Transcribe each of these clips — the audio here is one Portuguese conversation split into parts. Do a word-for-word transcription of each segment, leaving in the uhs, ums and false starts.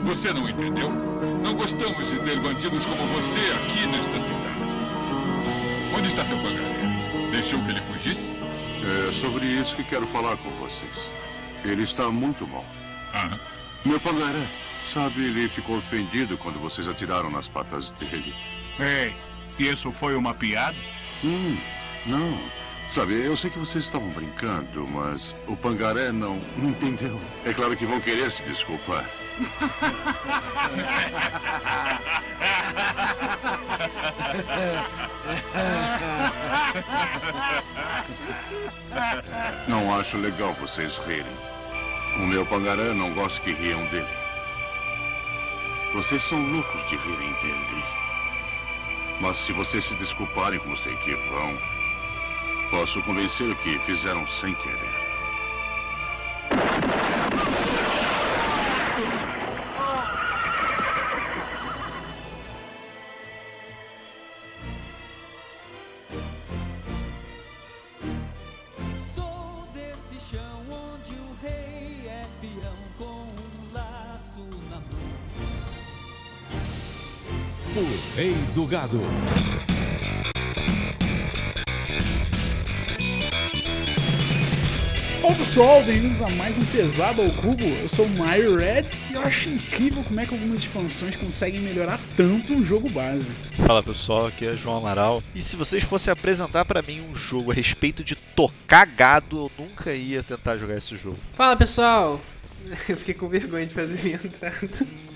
Você não entendeu? Não gostamos de ter bandidos como você aqui nesta cidade. Onde está seu pangaré? Deixou que ele fugisse? É sobre isso que quero falar com vocês. Ele está muito mal. Ah. Meu pangaré, sabe, ele ficou ofendido quando vocês atiraram nas patas dele. Ei, isso foi uma piada? Hum, não. Sabe, eu sei que vocês estavam brincando, mas o pangaré não, não entendeu. É claro que vão querer se desculpar. Não acho legal vocês rirem. O meu pangaré não gosta que riam dele. Vocês são loucos de rirem dele. Mas se vocês se desculparem, como sei que vão, posso convencer que fizeram sem querer. Sou desse chão onde o rei é peão com um laço na mão. O Rei do Gado. Olá pessoal, bem-vindos a mais um Pesado ao Cubo. Eu sou o Mario Red e eu acho incrível como é que algumas expansões conseguem melhorar tanto um jogo base. Fala pessoal, aqui é João Amaral. E se vocês fossem apresentar pra mim um jogo a respeito de tocar gado, eu nunca ia tentar jogar esse jogo. Fala pessoal, eu fiquei com vergonha de fazer minha entrada.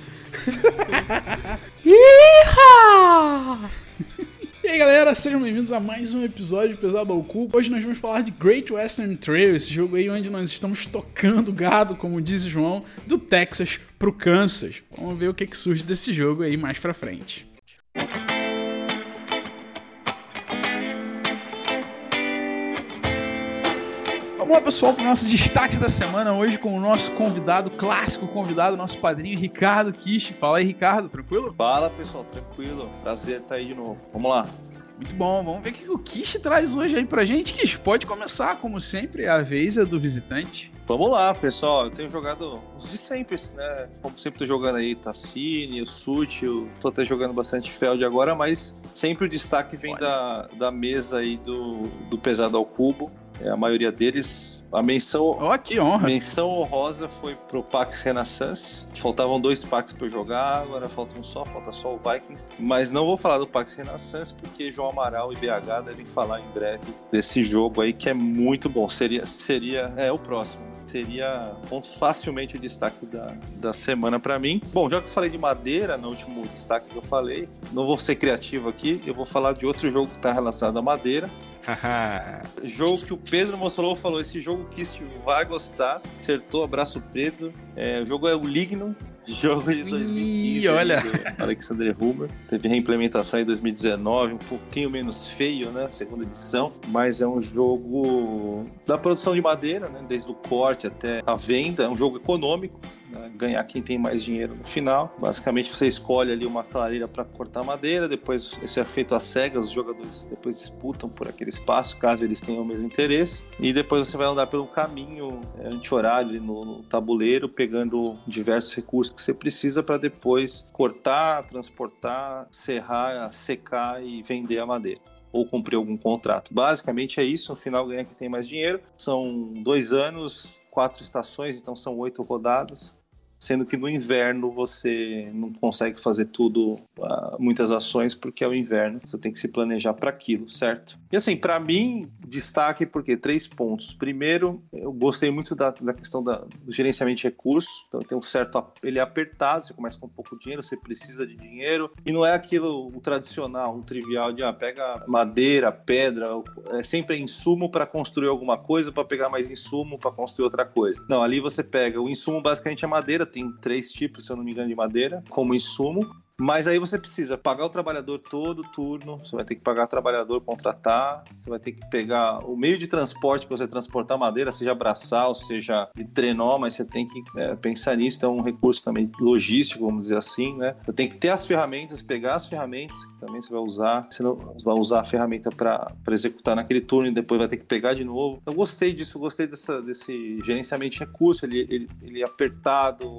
E aí galera, sejam bem-vindos a mais um episódio de Pesado ao Cubo. Hoje nós vamos falar de Great Western Trail, esse jogo aí onde nós estamos tocando gado, como diz o João, do Texas pro Kansas. Vamos ver o que, que surge desse jogo aí mais pra frente. Vamos lá pessoal, para o nosso destaque da semana hoje com o nosso convidado, clássico convidado, nosso padrinho Ricardo Kish. Fala aí Ricardo, tranquilo? Fala pessoal, tranquilo, prazer estar aí de novo, vamos lá. Muito bom, vamos ver o que o Kish traz hoje aí pra gente. Kish, pode começar, como sempre, a vez é do visitante. Vamos lá pessoal, eu tenho jogado os de sempre, né, como sempre tô jogando aí Tassini, o Suti, eu tô até jogando bastante Feld agora, mas sempre o destaque vem da, da mesa aí do, do Pesado ao Cubo. É, a maioria deles, a menção, oh, que honra. menção honrosa foi pro Pax Renaissance. Faltavam dois Pax para jogar, agora falta um só, falta só o Vikings. Mas não vou falar do Pax Renaissance porque João Amaral e B H devem falar em breve desse jogo aí que é muito bom. Seria, seria é o próximo. Seria facilmente o destaque da, da semana para mim. Bom, já que eu falei de madeira no último destaque que eu falei, não vou ser criativo aqui, eu vou falar de outro jogo que está relacionado à madeira. Jogo que o Pedro Mossolou falou, esse jogo que você vai gostar, acertou, abraço Pedro. É, o jogo é o Lignum, jogo de dois mil e quinze. Ih, olha. Alexander Huber. Teve reimplementação em dois mil e dezenove, um pouquinho menos feio, né? Segunda edição. Mas é um jogo da produção de madeira, né? Desde o corte até a venda. É um jogo econômico, né? Ganhar quem tem mais dinheiro no final. Basicamente você escolhe ali uma clareira para cortar madeira, depois isso é feito às cegas, os jogadores depois disputam por aquele espaço, caso eles tenham o mesmo interesse. E depois você vai andar pelo caminho é, anti-horário no, no tabuleiro, pegando diversos recursos que você precisa para depois cortar, transportar, serrar, secar e vender a madeira ou cumprir algum contrato. Basicamente é isso, no final ganha quem tem mais dinheiro. São dois anos, quatro estações, então são oito rodadas, sendo que no inverno você não consegue fazer tudo, muitas ações, porque é o inverno, você tem que se planejar para aquilo, certo? E assim, para mim, destaque porque três pontos. Primeiro, eu gostei muito da, da questão da, do gerenciamento de recursos, então tem um certo, ele é apertado, você começa com pouco dinheiro, você precisa de dinheiro, e não é aquilo o tradicional, o trivial de ah, pega madeira, pedra, é sempre insumo para construir alguma coisa, para pegar mais insumo para construir outra coisa. Não, ali você pega, o insumo basicamente é madeira, tem três tipos, se eu não me engano, de madeira como insumo, mas aí você precisa pagar o trabalhador todo turno, você vai ter que pagar o trabalhador, contratar, você vai ter que pegar o meio de transporte para você transportar madeira, seja braçal, seja de trenó, mas você tem que é, pensar nisso, então é um recurso também logístico, vamos dizer assim, né? Você tem que ter as ferramentas, pegar as ferramentas que também você vai usar, você não você vai usar a ferramenta para executar naquele turno e depois vai ter que pegar de novo. Eu gostei disso, eu gostei dessa, desse gerenciamento de recurso, ele, ele, ele é apertado, não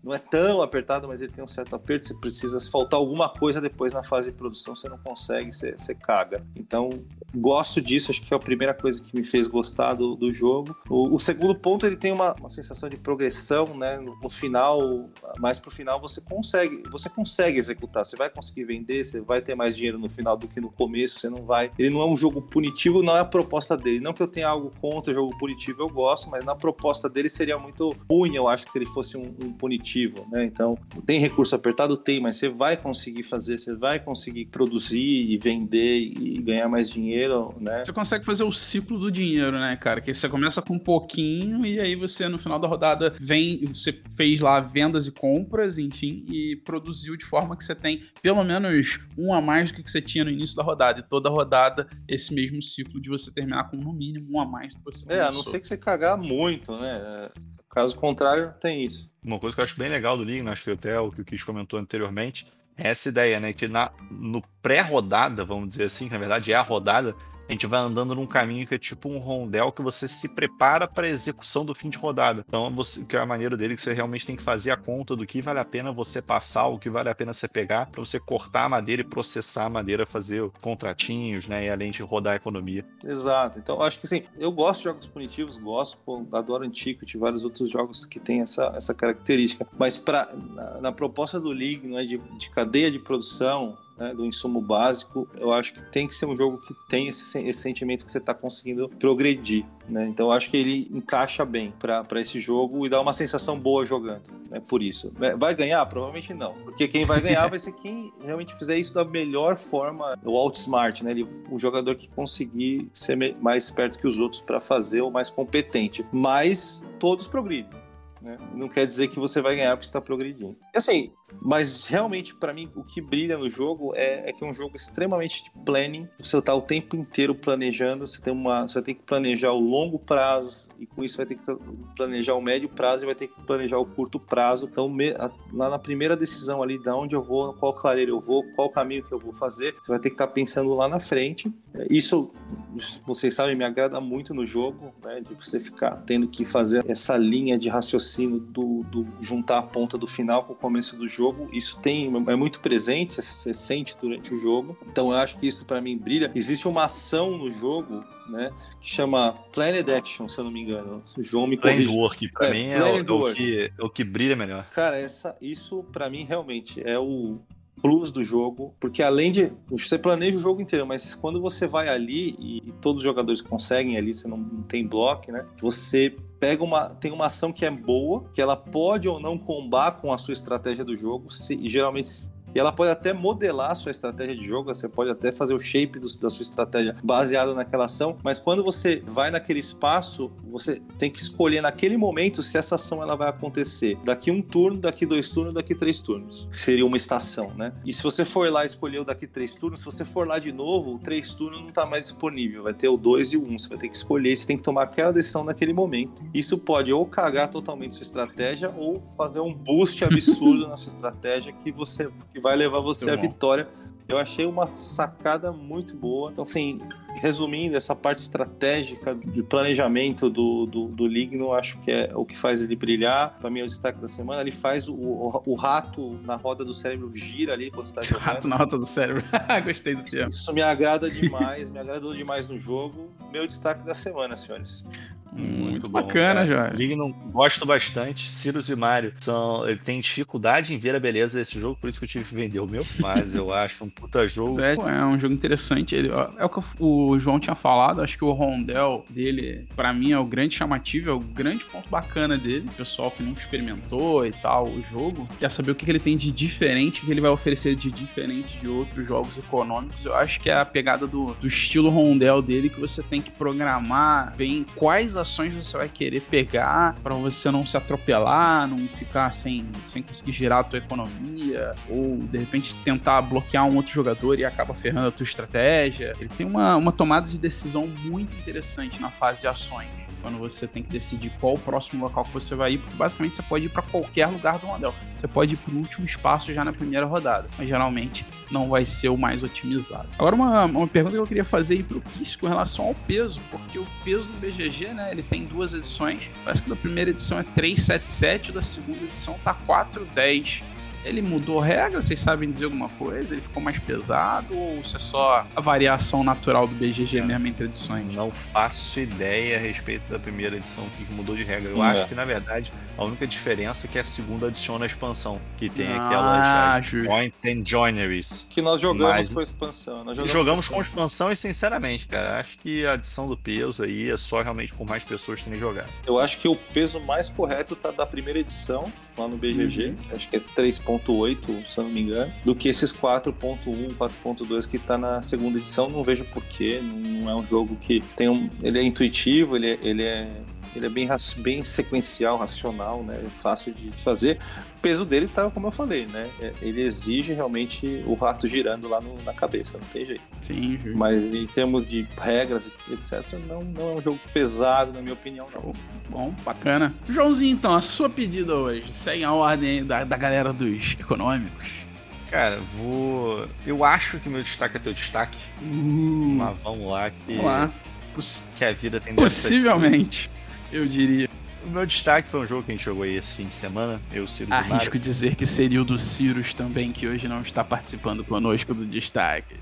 não é tão apertado, mas ele tem um certo aperto, você precisa, se faltar alguma coisa depois na fase de produção, você não consegue, você, você caga. Então, gosto disso, acho que é a primeira coisa que me fez gostar do, do jogo. O, o segundo ponto, ele tem uma, uma sensação de progressão, né? No, no final, mais pro final, você consegue, você consegue executar, você vai conseguir vender, você vai ter mais dinheiro no final do que no começo, você não vai... Ele não é um jogo punitivo, não é a proposta dele. Não que eu tenha algo contra jogo punitivo, eu gosto, mas na proposta dele seria muito ruim, eu acho, que se ele fosse um, um punitivo, né? Então, tem recurso apertado? Tem, mas você vai conseguir fazer, você vai conseguir produzir e vender e ganhar mais dinheiro, né? Você consegue fazer o ciclo do dinheiro, né, cara? Que você começa com um pouquinho e aí você, no final da rodada, vem, você fez lá vendas e compras, enfim, e produziu de forma que você tem pelo menos um a mais do que você tinha no início da rodada. E toda rodada, esse mesmo ciclo de você terminar com, no mínimo, um a mais do que você começou. É, a não ser que você cagar muito, né? Caso contrário, tem isso. Uma coisa que eu acho bem legal do League, acho que até o que o Kiss comentou anteriormente, é essa ideia, né? Que na, no pré-rodada, vamos dizer assim, que na verdade é a rodada, a gente vai andando num caminho que é tipo um rondel que você se prepara para a execução do fim de rodada. Então, você, que é a maneira dele que você realmente tem que fazer a conta do que vale a pena você passar, o que vale a pena você pegar, para você cortar a madeira e processar a madeira, fazer contratinhos, né? E além de rodar a economia. Exato. Então, acho que assim, eu gosto de jogos punitivos, gosto, pô, adoro Antiquity, vários outros jogos que tem essa, essa característica. Mas pra, na, na proposta do League, não é, de, de cadeia de produção, né, do insumo básico, eu acho que tem que ser um jogo que tem esse, esse sentimento que você está conseguindo progredir, né? Então eu acho que ele encaixa bem para esse jogo e dá uma sensação boa jogando, né? Por isso. Vai ganhar? Provavelmente não, porque quem vai ganhar vai ser quem realmente fizer isso da melhor forma, o outsmart, né? Ele, o jogador que conseguir ser mais esperto que os outros para fazer o mais competente, mas todos progridem. Né? Não quer dizer que você vai ganhar porque você está progredindo. E assim, mas realmente para mim o que brilha no jogo é, é que é um jogo extremamente de planning. Você está o tempo inteiro planejando, você tem uma, você tem que planejar o longo prazo e com isso vai ter que planejar o médio prazo e vai ter que planejar o curto prazo. Então me, a, lá na primeira decisão ali de onde eu vou, qual clareira eu vou, qual caminho que eu vou fazer, você vai ter que estar tá pensando lá na frente. Isso, vocês sabem, me agrada muito no jogo, né? De você ficar tendo que fazer essa linha de raciocínio do, do juntar a ponta do final com o começo do jogo. Isso tem, é muito presente, você sente durante o jogo. Então eu acho que isso para mim brilha. Existe uma ação no jogo, né, que chama Planned Action, se eu não me engano. O João me corrige. Planned Work, pra é, mim é o, é, o que, é o que brilha melhor. Cara, essa, isso pra mim realmente é o plus do jogo, porque além de você planeja o jogo inteiro, mas quando você vai ali e, e todos os jogadores conseguem ali, você não, não tem bloco, né? Você pega uma, tem uma ação que é boa, que ela pode ou não combar com a sua estratégia do jogo, se, e geralmente e ela pode até modelar a sua estratégia de jogo, você pode até fazer o shape do, da sua estratégia baseado naquela ação, mas quando você vai naquele espaço, você tem que escolher naquele momento se essa ação ela vai acontecer daqui um turno, daqui dois turnos, daqui três turnos. Seria uma estação, né? E se você for lá e escolher o daqui três turnos, se você for lá de novo, o três turnos não tá mais disponível, vai ter o dois e o um, você vai ter que escolher, você tem que tomar aquela decisão naquele momento. Isso pode ou cagar totalmente sua estratégia ou fazer um boost absurdo na sua estratégia que você... Que vai levar você à vitória. Eu achei uma sacada muito boa. Então, assim, resumindo, essa parte estratégica de planejamento do, do, do Ligno, acho que é o que faz ele brilhar. Para mim, é o destaque da semana. Ele faz o, o, o rato na roda do cérebro gira ali quando você tá jogando. O rato na roda do cérebro. Gostei do termo. Isso me agrada demais, me agradou demais no jogo. Meu destaque da semana, senhores. Muito, Muito bacana, já. Ligno, gosto bastante. Sirius e Mario são. Ele tem dificuldade em ver a beleza desse jogo, por isso que eu tive que vender o meu. Mas eu acho um puta jogo. É, é um jogo interessante. Ele, é o que o João tinha falado. Acho que o rondel dele, pra mim, é o grande chamativo, é o grande ponto bacana dele. O pessoal que nunca experimentou e tal o jogo quer saber o que ele tem de diferente, o que ele vai oferecer de diferente de outros jogos econômicos. Eu acho que é a pegada do, do estilo rondel dele, que você tem que programar bem quais ações você vai querer pegar pra você não se atropelar, não ficar sem, sem conseguir girar a tua economia, ou de repente tentar bloquear um outro jogador e acaba ferrando a tua estratégia. Ele tem uma, uma tomada de decisão muito interessante na fase de ações. quando você tem que decidir qual o próximo local que você vai ir, porque basicamente você pode ir para qualquer lugar do modelo. Você pode ir pro último espaço já na primeira rodada, mas geralmente não vai ser o mais otimizado. Agora uma, uma pergunta que eu queria fazer aí pro Kiss com relação ao peso, porque o peso no B G G, né, ele tem duas edições, parece que da primeira edição é trezentos e setenta e sete, da segunda edição tá quatrocentos e dez. Ele mudou a regra? Vocês sabem dizer alguma coisa? Ele ficou mais pesado ou isso é só a variação natural do B G G é. mesmo entre edições? Não faço ideia a respeito da primeira edição que mudou de regra. Eu é. acho que, na verdade, a única diferença é que a segunda adiciona a expansão, que tem ah, aquelas Joint and Joineries. Que nós jogamos Mas, com a expansão. Nós jogamos, jogamos com a expansão e, sinceramente, cara, acho que a adição do peso aí é só realmente por mais pessoas terem jogado. Eu acho que o peso mais correto tá da primeira edição, lá no B G G. Uhum. Acho que é três ponto oito, se eu não me engano, do que esses quatro ponto um, quatro ponto dois que tá na segunda edição. Não vejo porquê, não é um jogo que tem um... Ele é intuitivo, ele é, ele é, ele é bem, bem sequencial, racional, né? Fácil de fazer. O peso dele tá, como eu falei, né? Ele exige realmente o rato girando lá no, na cabeça, não tem jeito. Sim. Mas em termos de regras, etcétera, não, não é um jogo pesado, na minha opinião, não. Bom, bacana. Joãozinho, então, a sua pedida hoje, segue a ordem da, da galera dos econômicos. Cara, vou... Eu acho que meu destaque é teu destaque. Uh, Mas vamos lá que... Vamos lá. Poss... Que a vida tem... Possivelmente, eu diria. O meu destaque foi um jogo que a gente jogou aí esse fim de semana, eu, Ciro do Mário. Arrisco dizer que seria o do Cirus também, que hoje não está participando conosco do destaque.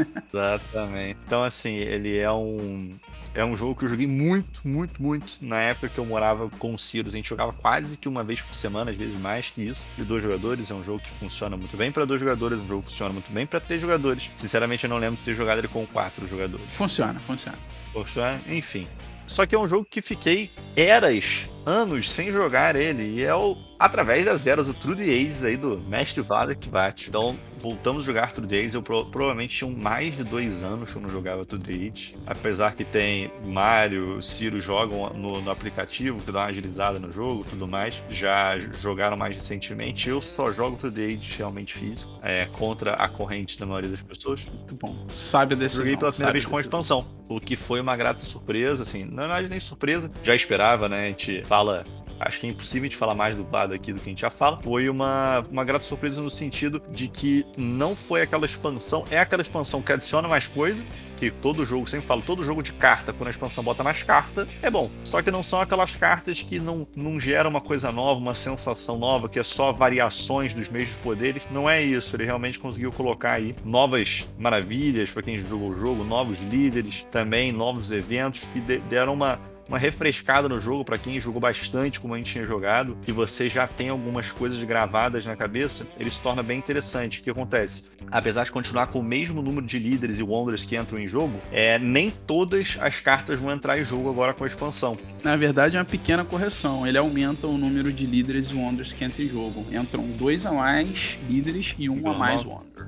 Exatamente. Então, assim, ele é um... É um jogo que eu joguei muito, muito, muito na época que eu morava com o Cirus. A gente jogava quase que uma vez por semana, às vezes mais que isso. De dois jogadores, é um jogo que funciona muito bem para dois jogadores, é um jogo que funciona muito bem para três jogadores. Sinceramente, eu não lembro de ter jogado ele com quatro jogadores. Funciona, funciona. Funciona, enfim. Só que é um jogo que fiquei eras, anos sem jogar ele. E é o, através das eras, o Through the Ages aí do mestre Vlada Kvat. Então, voltamos a jogar Through the Ages. Eu pro, provavelmente tinha mais de dois anos que eu não jogava Through the Ages. Apesar que tem Mario, Ciro jogam no, no aplicativo, que dá uma agilizada no jogo e tudo mais. Já jogaram mais recentemente. Eu só jogo Through the Ages realmente físico. É, contra a corrente da maioria das pessoas. Muito bom. Sabe a decisão. Joguei pela primeira vez a com a expansão. O que foi uma grata surpresa, assim. Na verdade, nem surpresa. Já esperava, né? A gente fala... Acho que é impossível a gente falar mais do Vlad aqui do que a gente já fala. Foi uma, uma grata surpresa no sentido de que não foi aquela expansão. É aquela expansão que adiciona mais coisa. Que todo jogo, sempre falo, todo jogo de carta, quando a expansão bota mais carta, é bom. Só que não são aquelas cartas que não, não geram uma coisa nova, uma sensação nova, que é só variações dos mesmos poderes. Não é isso. Ele realmente conseguiu colocar aí novas maravilhas para quem jogou o jogo, novos líderes, também novos eventos que de, deram uma... uma refrescada no jogo para quem jogou bastante como a gente tinha jogado, que você já tem algumas coisas gravadas na cabeça, ele se torna bem interessante. O que acontece? Apesar de continuar com o mesmo número de líderes e wonders que entram em jogo, é, nem todas as cartas vão entrar em jogo agora com a expansão. Na verdade é uma pequena correção, ele aumenta o número de líderes e wonders que entram em jogo. Entram dois a mais líderes e um a mais wonder.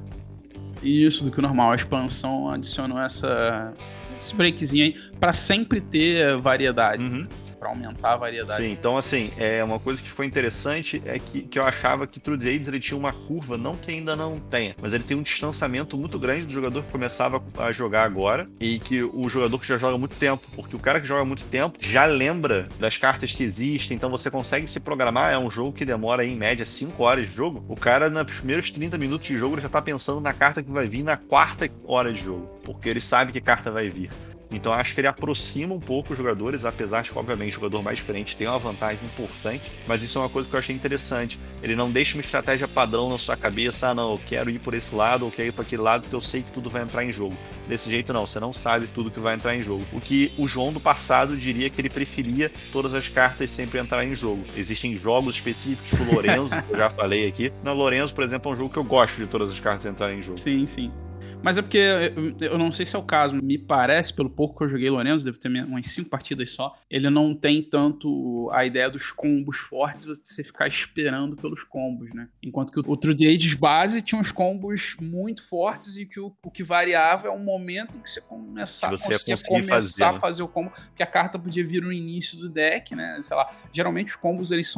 Isso, do que o normal. A expansão adicionou essa... esse breakzinho aí, pra sempre ter variedade, uhum. Pra aumentar a variedade. Sim, então assim, é uma coisa que foi interessante é que, que eu achava que Through the Ages ele tinha uma curva, não que ainda não tenha, mas ele tem um distanciamento muito grande do jogador que começava a jogar agora e que o jogador que já joga há muito tempo, porque o cara que joga há muito tempo já lembra das cartas que existem, então você consegue se programar. É um jogo que demora aí, em média cinco horas de jogo. O cara, nos primeiros trinta minutos de jogo, ele já tá pensando na carta que vai vir na quarta hora de jogo, porque ele sabe que carta vai vir. Então acho que ele aproxima um pouco os jogadores, apesar de que, obviamente, o jogador mais experiente tem uma vantagem importante, mas isso é uma coisa que eu achei interessante. Ele não deixa uma estratégia padrão na sua cabeça, ah não, eu quero ir por esse lado, ou quero ir para aquele lado, porque eu sei que tudo vai entrar em jogo. Desse jeito não, você não sabe tudo que vai entrar em jogo. O que o João do passado diria que ele preferia todas as cartas sempre entrarem em jogo. Existem jogos específicos com o Lorenzo, que eu já falei aqui. No Lorenzo, por exemplo, é um jogo que eu gosto de todas as cartas entrarem em jogo. Sim, sim. Mas é porque, eu não sei se é o caso, me parece, pelo pouco que eu joguei Lorenzo, deve ter umas cinco partidas só, ele não tem tanto a ideia dos combos fortes, você ficar esperando pelos combos, né? Enquanto que o Through the Ages base tinha uns combos muito fortes e que o, o que variava é o momento em que você começar, você conseguia começar fazer, né? a fazer o combo, porque a carta podia vir no início do deck, né? Sei lá, geralmente os combos eles são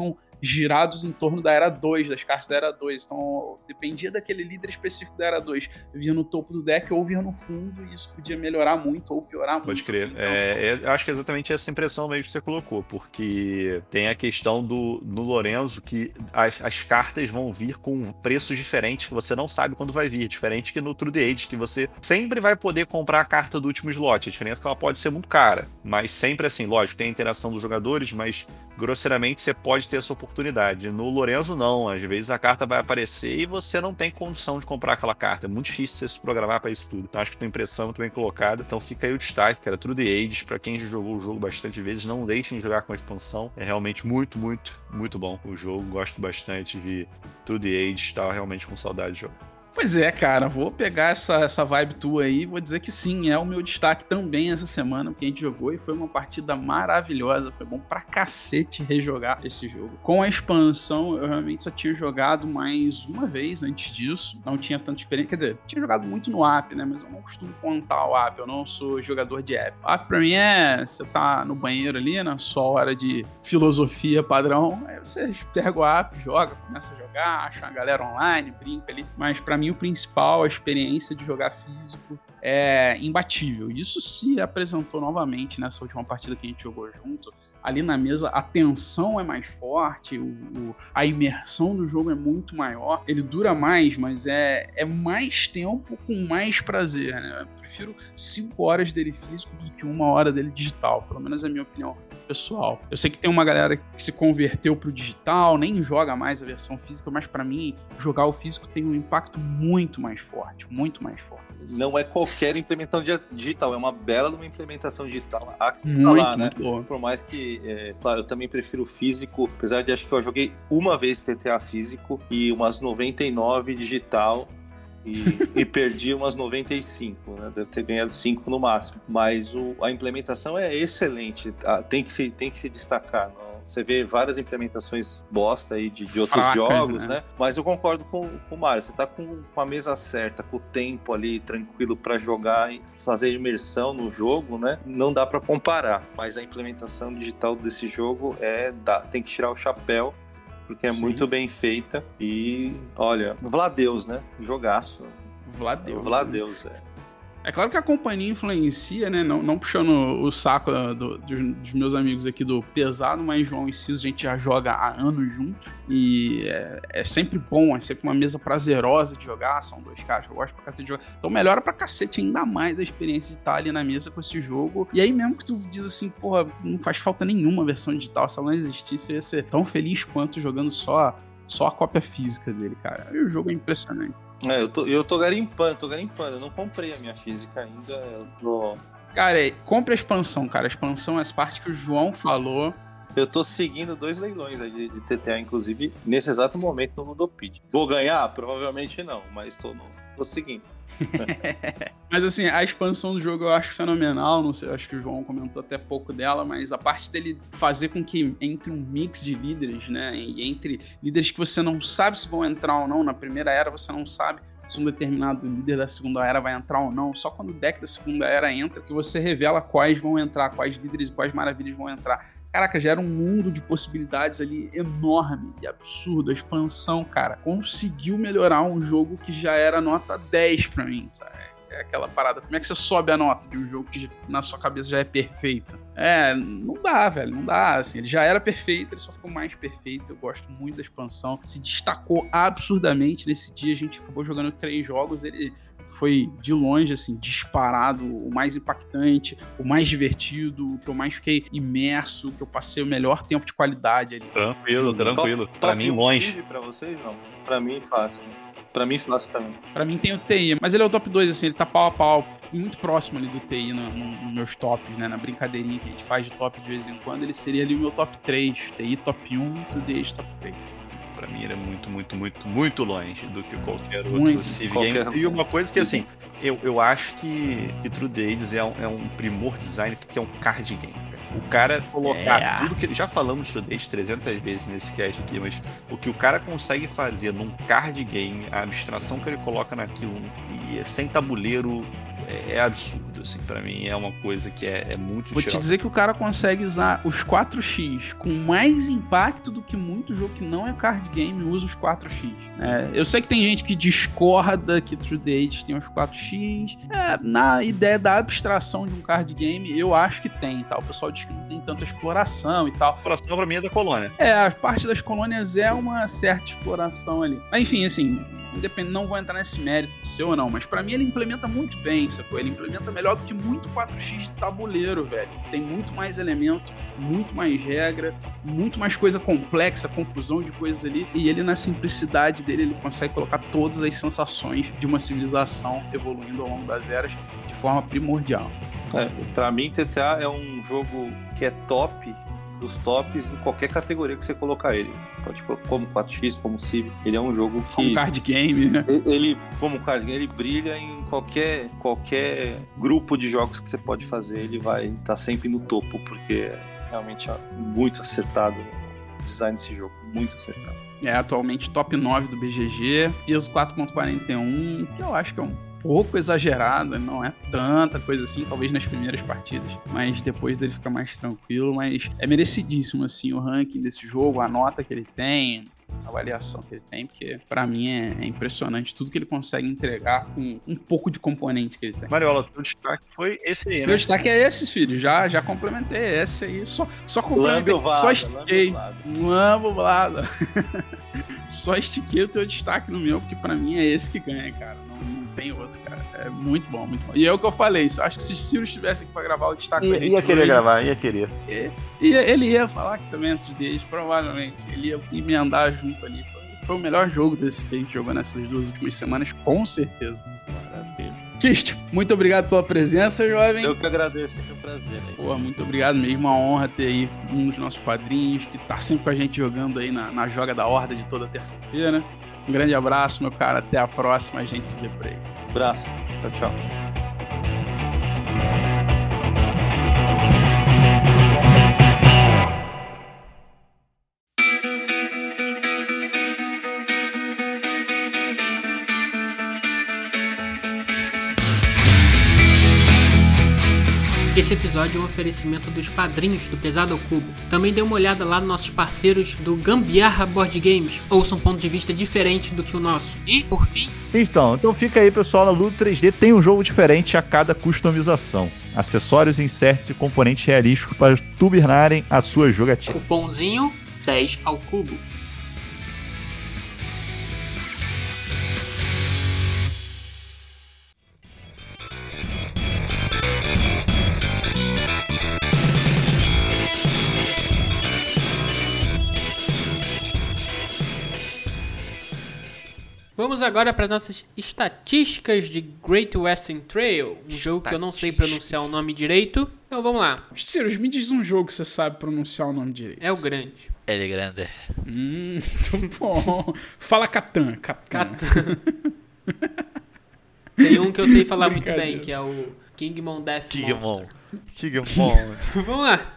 girados em torno da Era dois, das cartas da Era dois. Então, dependia daquele líder específico da Era dois. Via no topo do deck ou via no fundo, e isso podia melhorar muito ou piorar muito. Pode crer. Então, é, é, eu acho que é exatamente essa impressão mesmo que você colocou, porque tem a questão do no Lorenzo que as, as cartas vão vir com preços diferentes que você não sabe quando vai vir, diferente que no True the Age, que você sempre vai poder comprar a carta do último slot. A diferença é que ela pode ser muito cara, mas sempre assim, lógico, tem a interação dos jogadores, mas grosseiramente você pode ter essa oportunidade. No Lorenzo não, às vezes a carta vai aparecer e você não tem condição de comprar aquela carta. É muito difícil você se programar para isso tudo. Então acho que a tua impressão é muito bem colocada. Então fica aí o destaque, cara. True the Age, pra quem já jogou o jogo bastante vezes, não deixem de jogar com a expansão. É realmente muito, muito, muito bom o jogo. Gosto bastante de True the Age. Estava realmente com saudade de jogo. Pois é, cara, vou pegar essa, essa vibe tua aí e vou dizer que sim, é o meu destaque também essa semana, porque a gente jogou e foi uma partida maravilhosa, foi bom pra cacete rejogar esse jogo. Com a expansão, eu realmente só tinha jogado mais uma vez antes disso, não tinha tanta experiência, quer dizer, tinha jogado muito no app, né, mas eu não costumo contar o app, eu não sou jogador de app. O app pra mim é, você tá no banheiro ali, na sua hora de filosofia padrão, aí você pega o app, joga, começa a jogar, acha a galera online, brinca ali, mas pra mim o principal, a experiência de jogar físico é imbatível. Isso se apresentou novamente nessa última partida que a gente jogou junto. Ali na mesa a tensão é mais forte, o, o, a imersão do jogo é muito maior, ele dura mais, mas é, é mais tempo com mais prazer, né? Eu prefiro cinco horas dele físico do que uma hora dele digital, pelo menos é a minha opinião pessoal. Eu sei que tem uma galera que se converteu pro digital, nem joga mais a versão física, mas pra mim, jogar o físico tem um impacto muito mais forte, muito mais forte. Não é qualquer implementação digital, é uma bela uma implementação digital. Há que se muito, falar, né? Muito boa. Por mais que, é, claro, eu também prefiro o físico, apesar de acho que eu joguei uma vez T T A físico e umas noventa e nove digital. E, e perdi umas noventa e cinco, né? Deve ter ganhado cinco no máximo. Mas o, a implementação é excelente, ah, tem, que se, tem que se destacar. Não? Você vê várias implementações bosta aí de, de outros Fracas, jogos, né? né? Mas eu concordo com, com o Mário, você tá com, com a mesa certa, com o tempo ali tranquilo para jogar e fazer imersão no jogo, né? Não dá para comparar, mas a implementação digital desse jogo é dá, tem que tirar o chapéu, porque é Sim. muito bem feita e, olha, Vladeus, né? Jogaço. Vladeus. Vladeus, é. É claro que a companhia influencia, né? Não, não puxando o saco do, do, dos meus amigos aqui do pesado, mas João e Ciso a gente já joga há anos juntos. E é, é sempre bom, é sempre uma mesa prazerosa de jogar. São dois caras que eu gosto pra cacete de jogar. Então melhora pra cacete ainda mais a experiência de estar ali na mesa com esse jogo. E aí mesmo que tu diz assim, porra, não faz falta nenhuma versão digital. Se ela não existisse, eu ia ser tão feliz quanto jogando só, só a cópia física dele, cara. E o jogo é impressionante. É, eu tô, eu tô garimpando, tô garimpando. Eu não comprei a minha física ainda. Eu tô... Cara, é, compre a expansão, cara. A expansão é essa parte que o João falou. Eu tô seguindo dois leilões aí de, de T T A, inclusive, nesse exato momento no Ludopedia. Vou ganhar? Provavelmente não, mas tô, no, tô seguindo. Mas assim, a expansão do jogo eu acho fenomenal, não sei, eu acho que o João comentou até pouco dela, mas a parte dele fazer com que entre um mix de líderes, né, e entre líderes que você não sabe se vão entrar ou não, na primeira era você não sabe se um determinado líder da segunda era vai entrar ou não, só quando o deck da segunda era entra que você revela quais vão entrar, quais líderes e quais maravilhas vão entrar. Caraca, já era um mundo de possibilidades ali enorme e absurdo. A expansão, cara, conseguiu melhorar um jogo que já era nota dez pra mim, sabe? É aquela parada. Como é que você sobe a nota de um jogo que na sua cabeça já é perfeito? É, não dá, velho, não dá. Assim, ele já era perfeito, ele só ficou mais perfeito. Eu gosto muito da expansão. Se destacou absurdamente. Nesse dia a gente acabou jogando três jogos, ele foi de longe, assim, disparado, o mais impactante, o mais divertido, o que eu mais fiquei imerso, o que eu passei o melhor tempo de qualidade ali. Tranquilo, tranquilo. Top, pra top mim, longe. Pra vocês, não? Pra mim, fácil. Pra mim, fácil também. Pra mim tem o T I, mas ele é o top dois, assim, ele tá pau a pau, muito próximo ali do T I nos no, no meus tops, né, na brincadeirinha que a gente faz de top de vez em quando, ele seria ali o meu top três, T I top um, True the Age top três. Pra mim era muito, muito, muito, muito longe do que qualquer muito, outro Civ qualquer... Game. E uma coisa que, assim, eu, eu acho que, que True the Age é um, é um primor design porque é um card game, cara. O cara colocar É. tudo que ele... Já falamos isso desde trezentas vezes nesse cast aqui, mas o que o cara consegue fazer num card game, a abstração que ele coloca naquilo, e é sem tabuleiro, é, é absurdo, assim. Pra mim é uma coisa que é, é muito Vou te xerox. dizer que o cara consegue usar os quatro x com mais impacto do que muito jogo que não é card game usa os quatro x. É, eu sei que tem gente que discorda que True the Ages tem os quatro x. É, na ideia da abstração de um card game, eu acho que tem, tá? O pessoal diz que não tem tanta exploração e tal. A exploração pra mim é da colônia. É, a parte das colônias é uma certa exploração ali. Mas enfim, assim, independente, não vou entrar nesse mérito de ser ou não, mas pra mim ele implementa muito bem, sacou? Ele implementa melhor do que muito quatro x de tabuleiro, velho. Tem muito mais elemento, muito mais regra, muito mais coisa complexa, confusão de coisas ali. E ele, na simplicidade dele, ele consegue colocar todas as sensações de uma civilização evoluindo ao longo das eras de forma primordial. É, pra mim, T T A é um jogo que é top dos tops em qualquer categoria que você colocar ele. Pode pôr como quatro x, como Civ. Ele é um jogo que... Um card game, né? Ele, como card game, ele brilha em qualquer, qualquer grupo de jogos que você pode fazer. Ele vai estar sempre no topo, porque é realmente muito acertado o design desse jogo. Muito acertado. É atualmente top nove do B G G, peso quatro ponto quarenta e um, que eu acho que é um pouco exagerado, não é tanta coisa assim, talvez nas primeiras partidas, mas depois ele fica mais tranquilo, mas é merecidíssimo, assim, o ranking desse jogo, a nota que ele tem, a avaliação que ele tem, porque pra mim é, é impressionante tudo que ele consegue entregar com um pouco de componente que ele tem. Mariola, o destaque foi esse aí, né? Meu destaque é esse, filho, já, já complementei esse aí, só, só complementei, Lambe só ovada, estiquei, lambe lambe ovada. Só estiquei o teu destaque no meu, porque pra mim é esse que ganha, cara. Não, não tem outro, cara. É muito bom, muito bom. E é o que eu falei, acho que se o Ciro estivesse aqui pra gravar o destaque da Ia, gente ia querer hoje, gravar, ia querer. ia- ele ia falar que também entre deles, provavelmente. Ele ia emendar junto ali. Foi, foi o melhor jogo desse que a gente jogou nessas duas últimas semanas, com certeza. Maravilha. Kisto, muito obrigado pela presença, jovem. Eu que agradeço, sempre um prazer. Hein? Pô, muito obrigado mesmo, uma honra ter aí um dos nossos padrinhos que tá sempre com a gente jogando aí na, na Joga da Horda de toda terça-feira. Um grande abraço, meu cara, até a próxima, a gente se vê por aí. Abraço. Tchau, tchau. Esse episódio é um oferecimento dos padrinhos do Pesado ao Cubo. Também dê uma olhada lá nos nossos parceiros do Gambiarra Board Games. Ouça um ponto de vista diferente do que o nosso. E, por fim... Então, então fica aí, pessoal, na Ludo três D tem um jogo diferente a cada customização. Acessórios, inserts e componentes realísticos para turbinarem a sua jogatina. Cupomzinho dez ao cubo. Vamos agora para nossas estatísticas de Great Western Trail, um jogo que eu não sei pronunciar o nome direito. Então vamos lá. Ciro, me diz um jogo que você sabe pronunciar o nome direito. É o grande. Ele é grande. Hum, muito bom. Fala Catan. Catan. Catan. Tem um que eu sei falar muito Brincadeira. bem, que é o Kingmon Death Kingmon. Monster. Kingmon. Vamos lá.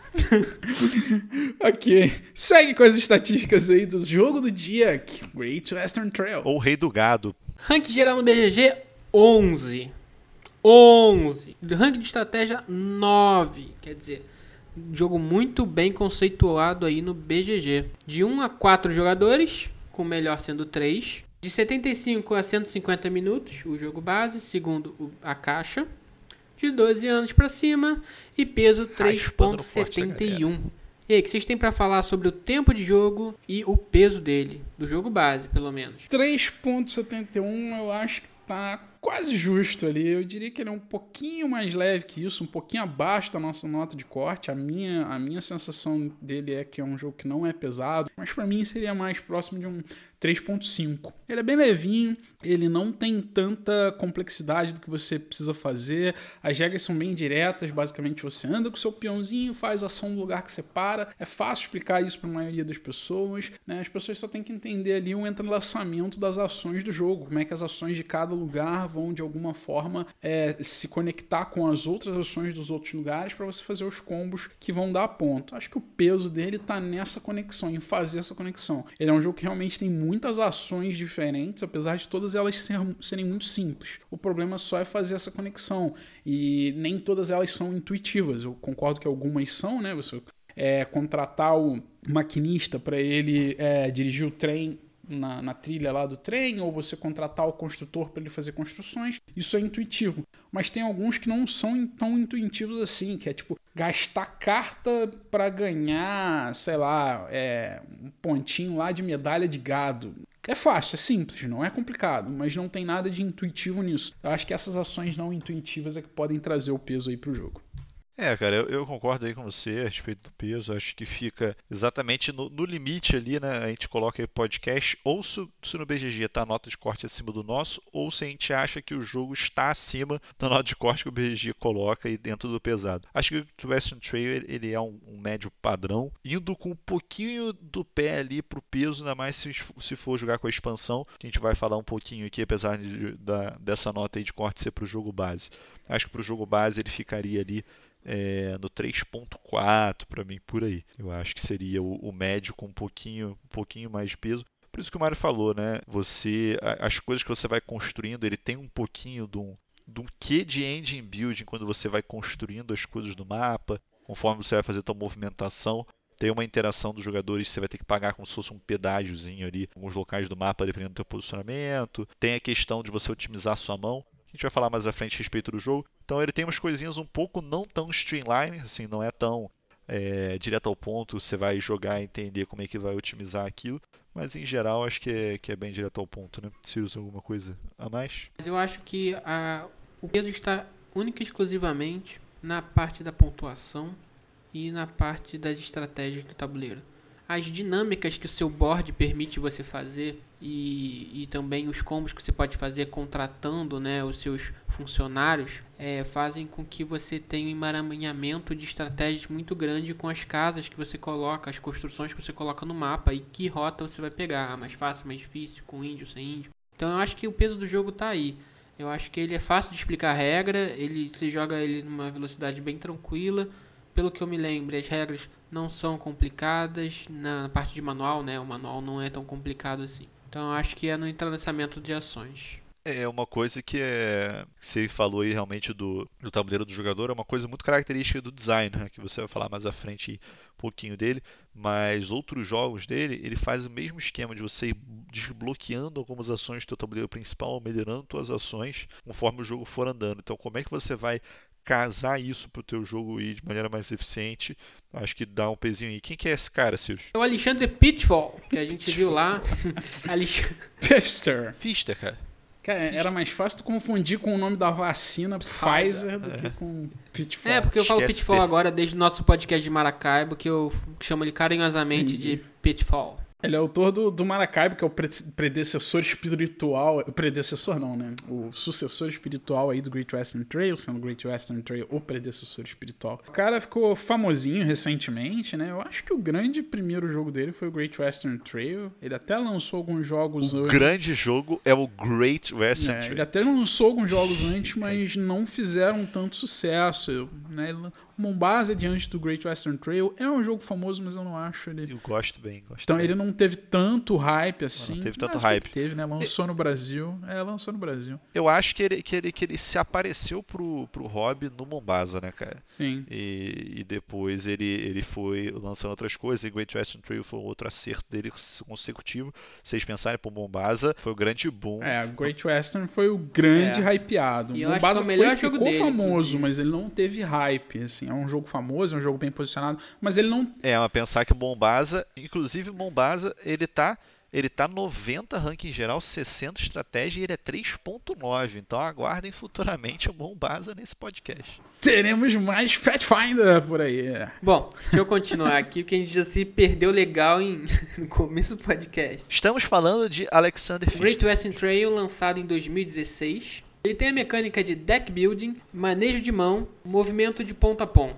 Ok. Segue com as estatísticas aí do jogo do dia, Great Western Trail. Ou Rei do Gado. Rank geral no B G G, onze. onze. Rank de estratégia, nove. Quer dizer, jogo muito bem conceituado aí no B G G. De um a quatro jogadores, com o melhor sendo três. De setenta e cinco a cento e cinquenta minutos, o jogo base, segundo o- a caixa. De doze anos pra cima e peso três ponto setenta e um. E aí, o que vocês têm pra falar sobre o tempo de jogo e o peso dele? Do jogo base, pelo menos. três ponto setenta e um eu acho que tá quase justo ali. Eu diria que ele é um pouquinho mais leve que isso, um pouquinho abaixo da nossa nota de corte. A minha, a minha sensação dele é que é um jogo que não é pesado, mas pra mim seria mais próximo de um três ponto cinco. Ele é bem levinho, ele não tem tanta complexidade do que você precisa fazer, as regras são bem diretas, basicamente você anda com o seu peãozinho, faz ação no lugar que você para, é fácil explicar isso para a maioria das pessoas, né? As pessoas só têm que entender ali o entrelaçamento das ações do jogo, como é que as ações de cada lugar vão de alguma forma é, se conectar com as outras ações dos outros lugares para você fazer os combos que vão dar ponto. Acho que o peso dele tá nessa conexão, em fazer essa conexão. Ele é um jogo que realmente tem muitas ações diferentes, apesar de todas elas ser, serem muito simples. O problema só é fazer essa conexão, e nem todas elas são intuitivas. Eu concordo que algumas são, né? Você é, contratar o maquinista para ele é, dirigir o trem Na, na trilha lá do trem, ou você contratar o construtor para ele fazer construções, isso é intuitivo. Mas tem alguns que não são tão intuitivos assim, que é tipo gastar carta para ganhar, sei lá, é, um pontinho lá de medalha de gado. É fácil, é simples, não é complicado, mas não tem nada de intuitivo nisso. Eu acho que essas ações não intuitivas é que podem trazer o peso aí pro jogo. É, cara, eu, eu concordo aí com você a respeito do peso. Acho que fica exatamente no, no limite ali, né? A gente coloca aí podcast, ou se, se no B G G tá a nota de corte acima do nosso, ou se a gente acha que o jogo está acima da nota de corte que o B G G coloca aí dentro do pesado. Acho que o Western Trail ele é um, um médio padrão, indo com um pouquinho do pé ali pro peso, ainda mais se, se for jogar com a expansão, que a gente vai falar um pouquinho aqui, apesar de, da, dessa nota aí de corte ser pro jogo base. Acho que pro jogo base ele ficaria ali É, no três ponto quatro para mim, por aí. Eu acho que seria o, o médio com um pouquinho, um pouquinho mais de peso. Por isso que o Mário falou, né? Você, as coisas que você vai construindo, ele tem um pouquinho de um, de um quê de engine building quando você vai construindo as coisas do mapa, conforme você vai fazer a tua movimentação. Tem uma interação dos jogadores, você vai ter que pagar como se fosse um pedágiozinho ali, em alguns locais do mapa, dependendo do teu posicionamento. Tem a questão de você otimizar a sua mão. A gente vai falar mais à frente a respeito do jogo. Então ele tem umas coisinhas um pouco não tão streamline, assim, não é tão é, direto ao ponto, você vai jogar e entender como é que vai otimizar aquilo, mas em geral acho que é, que é bem direto ao ponto, né? Se usa alguma coisa a mais? Mas eu acho que a, o peso está única e exclusivamente na parte da pontuação e na parte das estratégias do tabuleiro. As dinâmicas que o seu board permite você fazer e, e também os combos que você pode fazer contratando, né, os seus funcionários é, fazem com que você tenha um emaranhamento de estratégias muito grande com as casas que você coloca, as construções que você coloca no mapa e que rota você vai pegar, mais fácil, mais difícil, com índio, sem índio. Então eu acho que o peso do jogo está aí. Eu acho que ele é fácil de explicar a regra, ele, você joga ele numa velocidade bem tranquila. Pelo que eu me lembro, as regras não são complicadas na parte de manual, né? O manual não é tão complicado assim. Então eu acho que é no entrelaçamento de ações. É uma coisa que é, você falou aí realmente do, do tabuleiro do jogador, é uma coisa muito característica do design, né? Que você vai falar mais à frente um pouquinho dele, mas outros jogos dele, ele faz o mesmo esquema de você ir desbloqueando algumas ações do teu tabuleiro principal, melhorando suas ações conforme o jogo for andando. Então como é que você vai casar isso pro teu jogo ir de maneira mais eficiente? Acho que dá um pezinho aí. Quem que é esse cara, Silvio? É o Alexandre Pitfall, que a gente viu lá. Alexandre Pfister. Pfister, cara. Cara, era mais fácil tu confundir com o nome da vacina Pfizer do é. que com Pitfall. É, porque eu falo Esquece Pitfall P. agora desde o nosso podcast de Maracaibo, que eu chamo ele carinhosamente Entendi. de Pitfall. Ele é autor do, do Maracaibo, que é o pre- predecessor espiritual... O predecessor não, né? O sucessor espiritual aí do Great Western Trail, sendo o Great Western Trail o predecessor espiritual. O cara ficou famosinho recentemente, né? Eu acho que o grande primeiro jogo dele foi o Great Western Trail. Ele até lançou alguns jogos o antes. O grande jogo é o Great Western é, Trail. Ele até lançou alguns jogos antes, mas não fizeram tanto sucesso, né? Mombasa, diante do Great Western Trail, é um jogo famoso, mas eu não acho ele... Eu gosto bem, gosto Então bem. ele não teve tanto hype assim. Não, não teve tanto mas hype. Teve, né? Lançou no Brasil. É, lançou no Brasil. Eu acho que ele, que ele, que ele se apareceu pro, pro hobby no Mombasa, né, cara? Sim. E, e depois ele, ele foi lançando outras coisas. E Great Western Trail foi outro acerto dele consecutivo. Se vocês pensarem pro Mombasa, foi o grande boom. É, o Great Western foi o grande é. hypeado. E o Mombasa foi, o foi, ficou dele, famoso, inclusive. mas ele não teve hype. Assim, é um jogo famoso, é um jogo bem posicionado, mas ele não... É, mas pensar que o Mombasa, inclusive o Mombasa, ele tá, ele tá noventa ranking geral, sessenta estratégia e ele é três ponto nove. Então aguardem futuramente o Mombasa nesse podcast. Teremos mais Pathfinder por aí. Bom, deixa eu continuar aqui, porque a gente já se perdeu legal em, no começo do podcast. Estamos falando de Alexander Pfister. Great Western Trail, lançado em dois mil e dezesseis. Ele tem a mecânica de deck building, manejo de mão, movimento de ponto a ponto.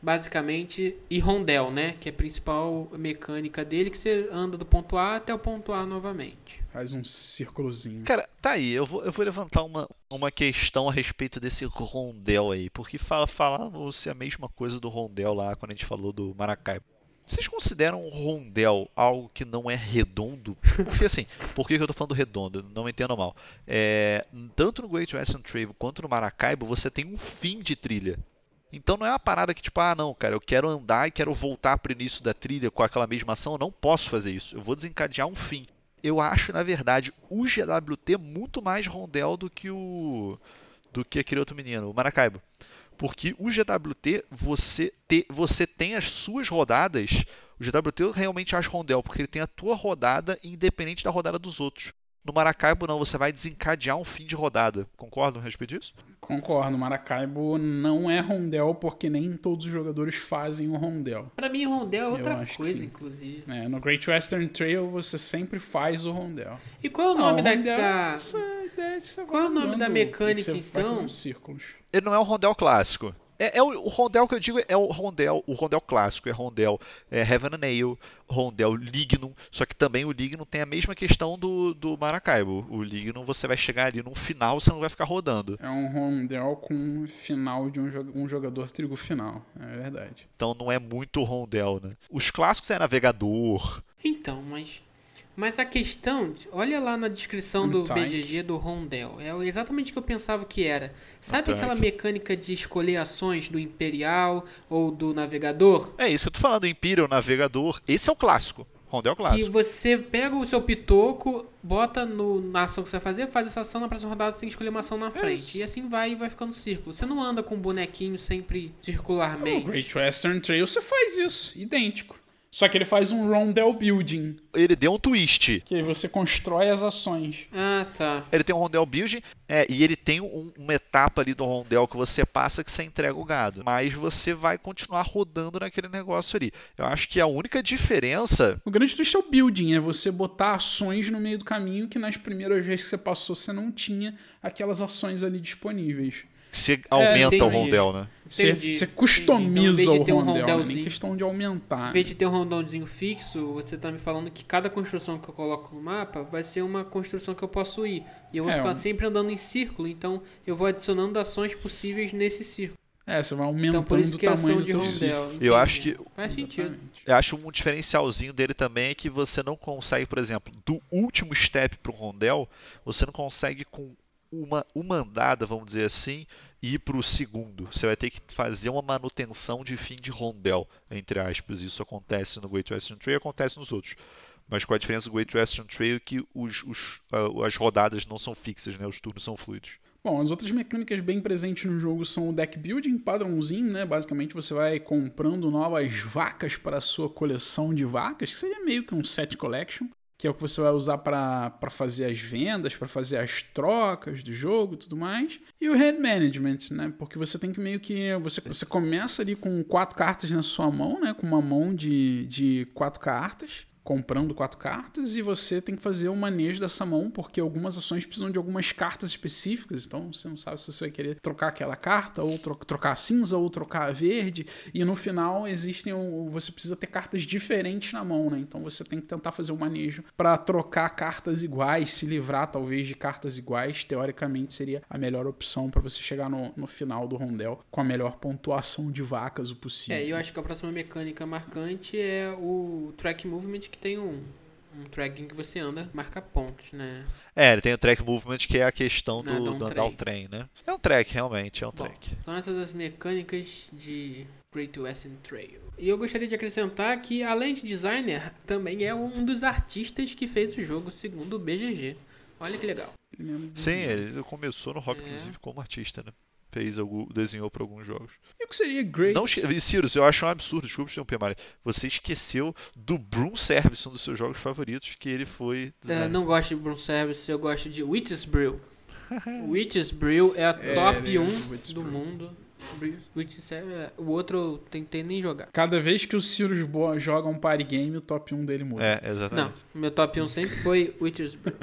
basicamente, e rondel, né? Que é a principal mecânica dele, que você anda do ponto A até o ponto A novamente. Faz um círculozinho. Cara, tá aí, eu vou, eu vou levantar uma, uma questão a respeito desse rondel aí, porque fala, falava-se a mesma coisa do rondel lá quando a gente falou do Maracaibo. Vocês consideram um rondel algo que não é redondo? Porque assim, por que eu tô falando redondo? Não me entendam mal. É, tanto no Great Western Trail quanto no Maracaibo, você tem um fim de trilha. Então não é uma parada que tipo, ah não, cara, eu quero andar e quero voltar pro início da trilha com aquela mesma ação, eu não posso fazer isso. Eu vou desencadear um fim. Eu acho, na verdade, o G W T muito mais rondel do que o do que aquele outro menino, o Maracaibo. Porque o G W T, você, te, você tem as suas rodadas. O G W T eu realmente acho rondel, porque ele tem a tua rodada independente da rodada dos outros. No Maracaibo, não, você vai desencadear um fim de rodada. Concordam a respeito disso? Concordo, Maracaibo não é rondel porque nem todos os jogadores fazem o rondel. Pra mim, rondel é outra Eu acho que coisa, sim. inclusive. É, no Great Western Trail você sempre faz o rondel. E qual é o Não, nome da... rondel, da... essa ideia de você Qual é o nome andando, da mecânica, você vai então? fazendo círculos. Ele não é um rondel clássico. É, é o, o rondel que eu digo é o rondel, o rondel clássico, é rondel é, Heaven and Nail, rondel Lignum, só que também o Lignum tem a mesma questão do, do Maracaibo. O Lignum você vai chegar ali no final, você não vai ficar rodando. É um rondel com final de um, jo- um jogador trigo final, é verdade. Então não é muito rondel, né? Os clássicos é navegador. Então, mas... Mas a questão, olha lá na descrição do Untype. B G G do rondel, é exatamente o que eu pensava que era. Sabe Untype. aquela mecânica de escolher ações do Imperial ou do Navegador? É isso que eu tô falando, Imperial, navegador. Esse é o clássico. Rondel Que clássico. você pega o seu pitoco, bota no, na ação que você vai fazer, faz essa ação, na próxima rodada você tem que escolher uma ação na frente. isso. E assim vai e vai ficando círculo. Você não anda com um bonequinho sempre No circularmente. Great Western Trail você faz isso, idêntico. Só que ele faz um rondel building, Ele deu um twist. que aí você constrói as ações. Ah, tá. Ele tem um rondel building, é, e ele tem um- uma etapa ali do rondel que você passa que você entrega o gado. Mas você vai continuar rodando naquele negócio ali. Eu acho que a única diferença... O grande twist é o building, é você botar ações no meio do caminho que nas primeiras vezes que você passou você não tinha aquelas ações ali disponíveis. Você aumenta entendi. o rondel, né? Você, Entendi, você entendi. customiza Então, em vez de o ter um rondel, né? Nem rondelzinho- questão de aumentar. Em vez de ter um rondãozinho fixo, você tá me falando que cada construção que eu coloco no mapa vai ser uma construção que eu posso ir. E eu vou É, ficar um- sempre andando em círculo, então eu vou adicionando ações possíveis nesse círculo. É, você vai Então aumentando por isso o que é tamanho ação do de teu rondel. círculo. Eu entendi. acho que- Faz sentido. Exatamente. Eu acho um diferencialzinho dele também é que você não consegue, por exemplo, do último step pro rondel, você não consegue com uma, uma andada, vamos dizer assim, ir pro segundo. Você vai ter que fazer uma manutenção de fim de rondel, entre aspas. Isso acontece no Great Western Trail e acontece nos outros. Mas com a diferença do Great Western Trail é que os, os, ah, as rodadas não são fixas, né? Os turnos são fluidos. Bom, as outras mecânicas bem presentes no jogo são o deck building, padrãozinho, né? Basicamente você vai comprando novas vacas para a sua coleção de vacas, que seria meio que um set collection, que é o que você vai usar para fazer as vendas, para fazer as trocas do jogo e tudo mais. E o hand management, né? Porque você tem que meio que... Você, você começa ali com quatro cartas na sua mão, né? Com uma mão de, de quatro cartas, comprando quatro cartas, e você tem que fazer o manejo dessa mão, porque algumas ações precisam de algumas cartas específicas, então você não sabe se você vai querer trocar aquela carta, ou tro- trocar a cinza, ou trocar a verde, e no final existem, o- você precisa ter cartas diferentes na mão, né? Então você tem que tentar fazer o manejo para trocar cartas iguais, se livrar talvez de cartas iguais, teoricamente seria a melhor opção para você chegar no, no final do rondel com a melhor pontuação de vacas o possível. É, eu acho que a próxima mecânica marcante é o track movement, que tem um, um tracking que você anda, marca pontos, né? É, ele tem o track movement, que é a questão Não, do, dá um do andar trem. o trem, né? É um track, realmente, é um Bom, track. são essas as mecânicas de Great Western Trail. E eu gostaria de acrescentar que, além de designer, também é um dos artistas que fez o jogo, segundo o B G G. Olha que legal. Sim, ele começou no hobby, É. inclusive, como artista, né? Fez algum, desenhou para alguns jogos. E o que seria great? Não, esque- Cyrus, eu acho um absurdo, desculpa te interromper, Mari. Você esqueceu do Broom Service, um dos seus jogos favoritos, que ele foi Eu designer. não gosto de Broom Service, eu gosto de Witch's Brew. Witch's Brew é a É, top ele é um Witch's do Brew. mundo. Witch's Service, é- o outro eu tentei nem jogar. Cada vez que o Sirius Boa joga um party game, o top um dele muda. É, exatamente. Não, meu top um sempre foi Witch's Brew.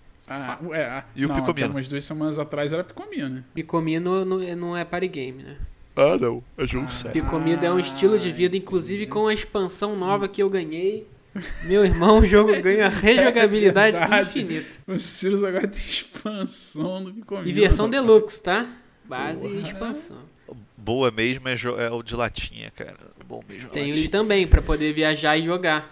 Ah, é, E o não, Picomino? até umas duas semanas atrás era Picomino, né? Picomino não, não é party game, né? Ah, não. É jogo sério. Picomida é um estilo de vida, inclusive com a expansão nova que eu ganhei. Meu irmão, o jogo ganha rejogabilidade É infinita. O Sirius agora tem expansão do Picomida. E versão deluxe, tá? Base e expansão. Boa mesmo é, é o de latinha, cara. Bom mesmo. Tenho ele também, pra poder viajar e jogar.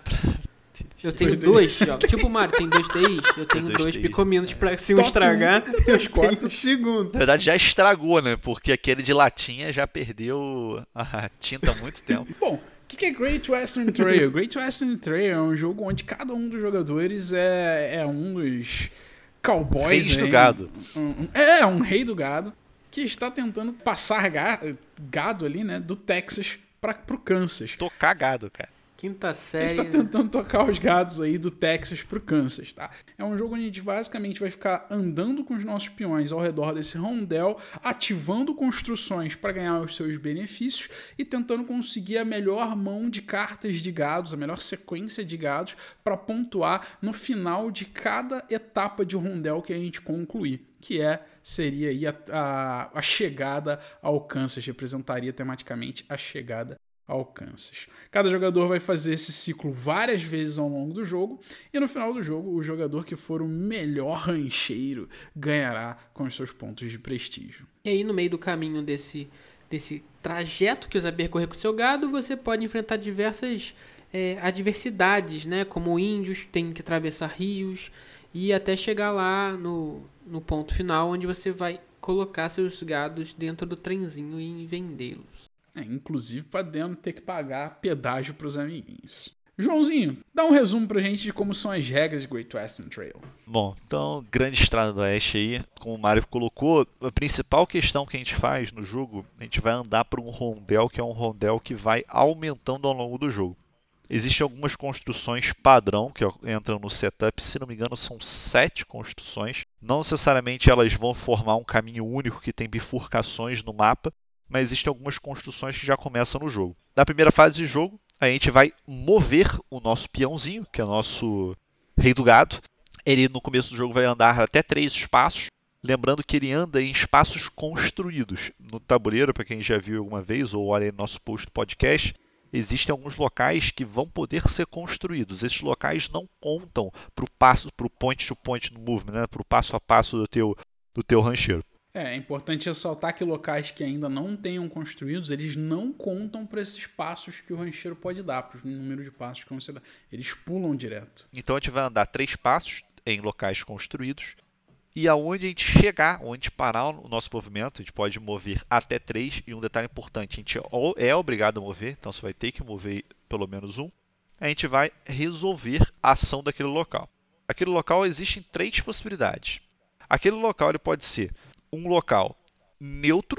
Eu tenho dois jogos. Tipo o Mario, tem dois T Is. Eu tenho dois dois T Is. Picominos pra se um Top estragar, um, eu os quatro. tenho o segundo. Na verdade já estragou, né? Porque aquele de latinha já perdeu a tinta há muito tempo. Bom, o que, que é Great Western Trail? Great Western Trail é um jogo onde cada um dos jogadores é, é um dos cowboys. Reis do né? gado. Um, um, é, um rei do gado que está tentando passar ga- gado ali, né? Do Texas para pro Kansas. Tô cagado, cara. Quinta Ele série. está tentando tocar os gados aí do Texas pro Kansas, tá? É um jogo onde a gente basicamente vai ficar andando com os nossos peões ao redor desse rondel, ativando construções para ganhar os seus benefícios e tentando conseguir a melhor mão de cartas de gados, a melhor sequência de gados para pontuar no final de cada etapa de rondel que a gente concluir, que é seria aí a, a, a chegada ao Kansas, representaria tematicamente a chegada ao Kansas. Cada jogador vai fazer esse ciclo várias vezes ao longo do jogo e no final do jogo o jogador que for o melhor rancheiro ganhará com os seus pontos de prestígio. E aí no meio do caminho desse, desse trajeto que você vai percorrer com o seu gado, você pode enfrentar diversas é, adversidades, né? Como índios, tem que atravessar rios e até chegar lá no, no ponto final onde você vai colocar seus gados dentro do trenzinho e vendê-los. É, inclusive podendo ter que pagar pedágio para os amiguinhos. Joãozinho, dá um resumo pra gente de como são as regras de Great Western Trail. Bom, então, grande estrada do oeste aí, como o Mário colocou, a principal questão que a gente faz no jogo, a gente vai andar por um rondel, que é um rondel que vai aumentando ao longo do jogo. Existem algumas construções padrão que entram no setup, se não me engano são sete construções. Não necessariamente elas vão formar um caminho único que tem bifurcações no mapa, mas existem algumas construções que já começam no jogo. Na primeira fase de jogo, a gente vai mover o nosso peãozinho, que é o nosso rei do gado. Ele no começo do jogo vai andar até três espaços, lembrando que ele anda em espaços construídos. No tabuleiro, para quem já viu alguma vez, ou olha aí no nosso post do podcast, existem alguns locais que vão poder ser construídos. Esses locais não contam para o passo, para o point-to-point no movement, né? Para o passo a passo do teu, do teu rancheiro. É, é importante ressaltar que locais que ainda não tenham construídos, eles não contam para esses passos que o rancheiro pode dar, para o número de passos que você dá. Eles pulam direto. Então a gente vai andar três passos em locais construídos e aonde a gente chegar, onde a gente parar o nosso movimento, a gente pode mover até três. E um detalhe importante, a gente é obrigado a mover, então você vai ter que mover pelo menos um. A gente vai resolver a ação daquele local. Aquele local existem três possibilidades. Aquele local ele pode ser um local neutro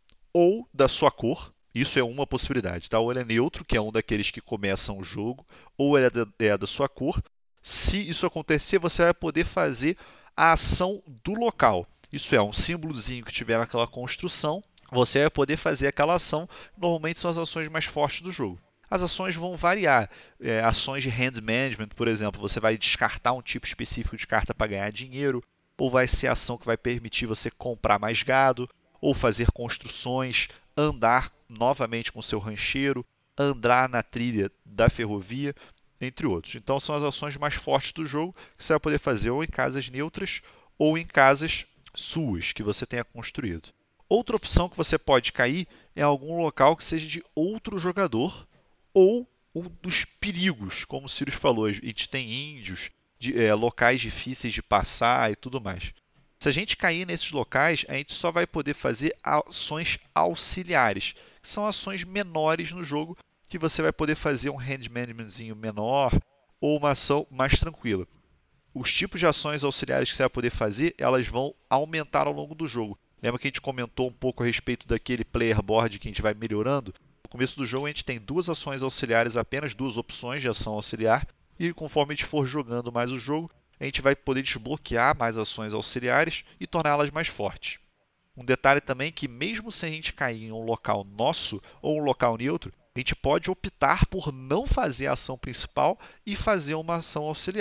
ou da sua cor. Isso é uma possibilidade, tá? Ou ele é neutro, que é um daqueles que começam o jogo, ou ele é da, é da sua cor. Se isso acontecer, você vai poder fazer a ação do local. Isso é, um símbolozinho que tiver naquela construção, você vai poder fazer aquela ação. Normalmente são as ações mais fortes do jogo. As ações vão variar. É, ações de hand management, por exemplo, você vai descartar um tipo específico de carta para ganhar dinheiro, ou vai ser ação que vai permitir você comprar mais gado, ou fazer construções, andar novamente com seu rancheiro, andar na trilha da ferrovia, entre outros. Então são as ações mais fortes do jogo que você vai poder fazer ou em casas neutras ou em casas suas que você tenha construído. Outra opção que você pode cair é algum local que seja de outro jogador ou um dos perigos, como o Sirius falou, a gente tem índios, de, é, locais difíceis de passar e tudo mais. Se a gente cair nesses locais, a gente só vai poder fazer ações auxiliares, que são ações menores no jogo, que você vai poder fazer um hand managementzinho menor ou uma ação mais tranquila. Os tipos de ações auxiliares que você vai poder fazer, elas vão aumentar ao longo do jogo. Lembra que a gente comentou um pouco a respeito daquele player board que a gente vai melhorando? No começo do jogo a gente tem duas ações auxiliares, apenas duas opções de ação auxiliar, e conforme a gente for jogando mais o jogo, a gente vai poder desbloquear mais ações auxiliares e torná-las mais fortes. Um detalhe também é que mesmo se a gente cair em um local nosso ou um local neutro, a gente pode optar por não fazer a ação principal e fazer uma ação auxiliar.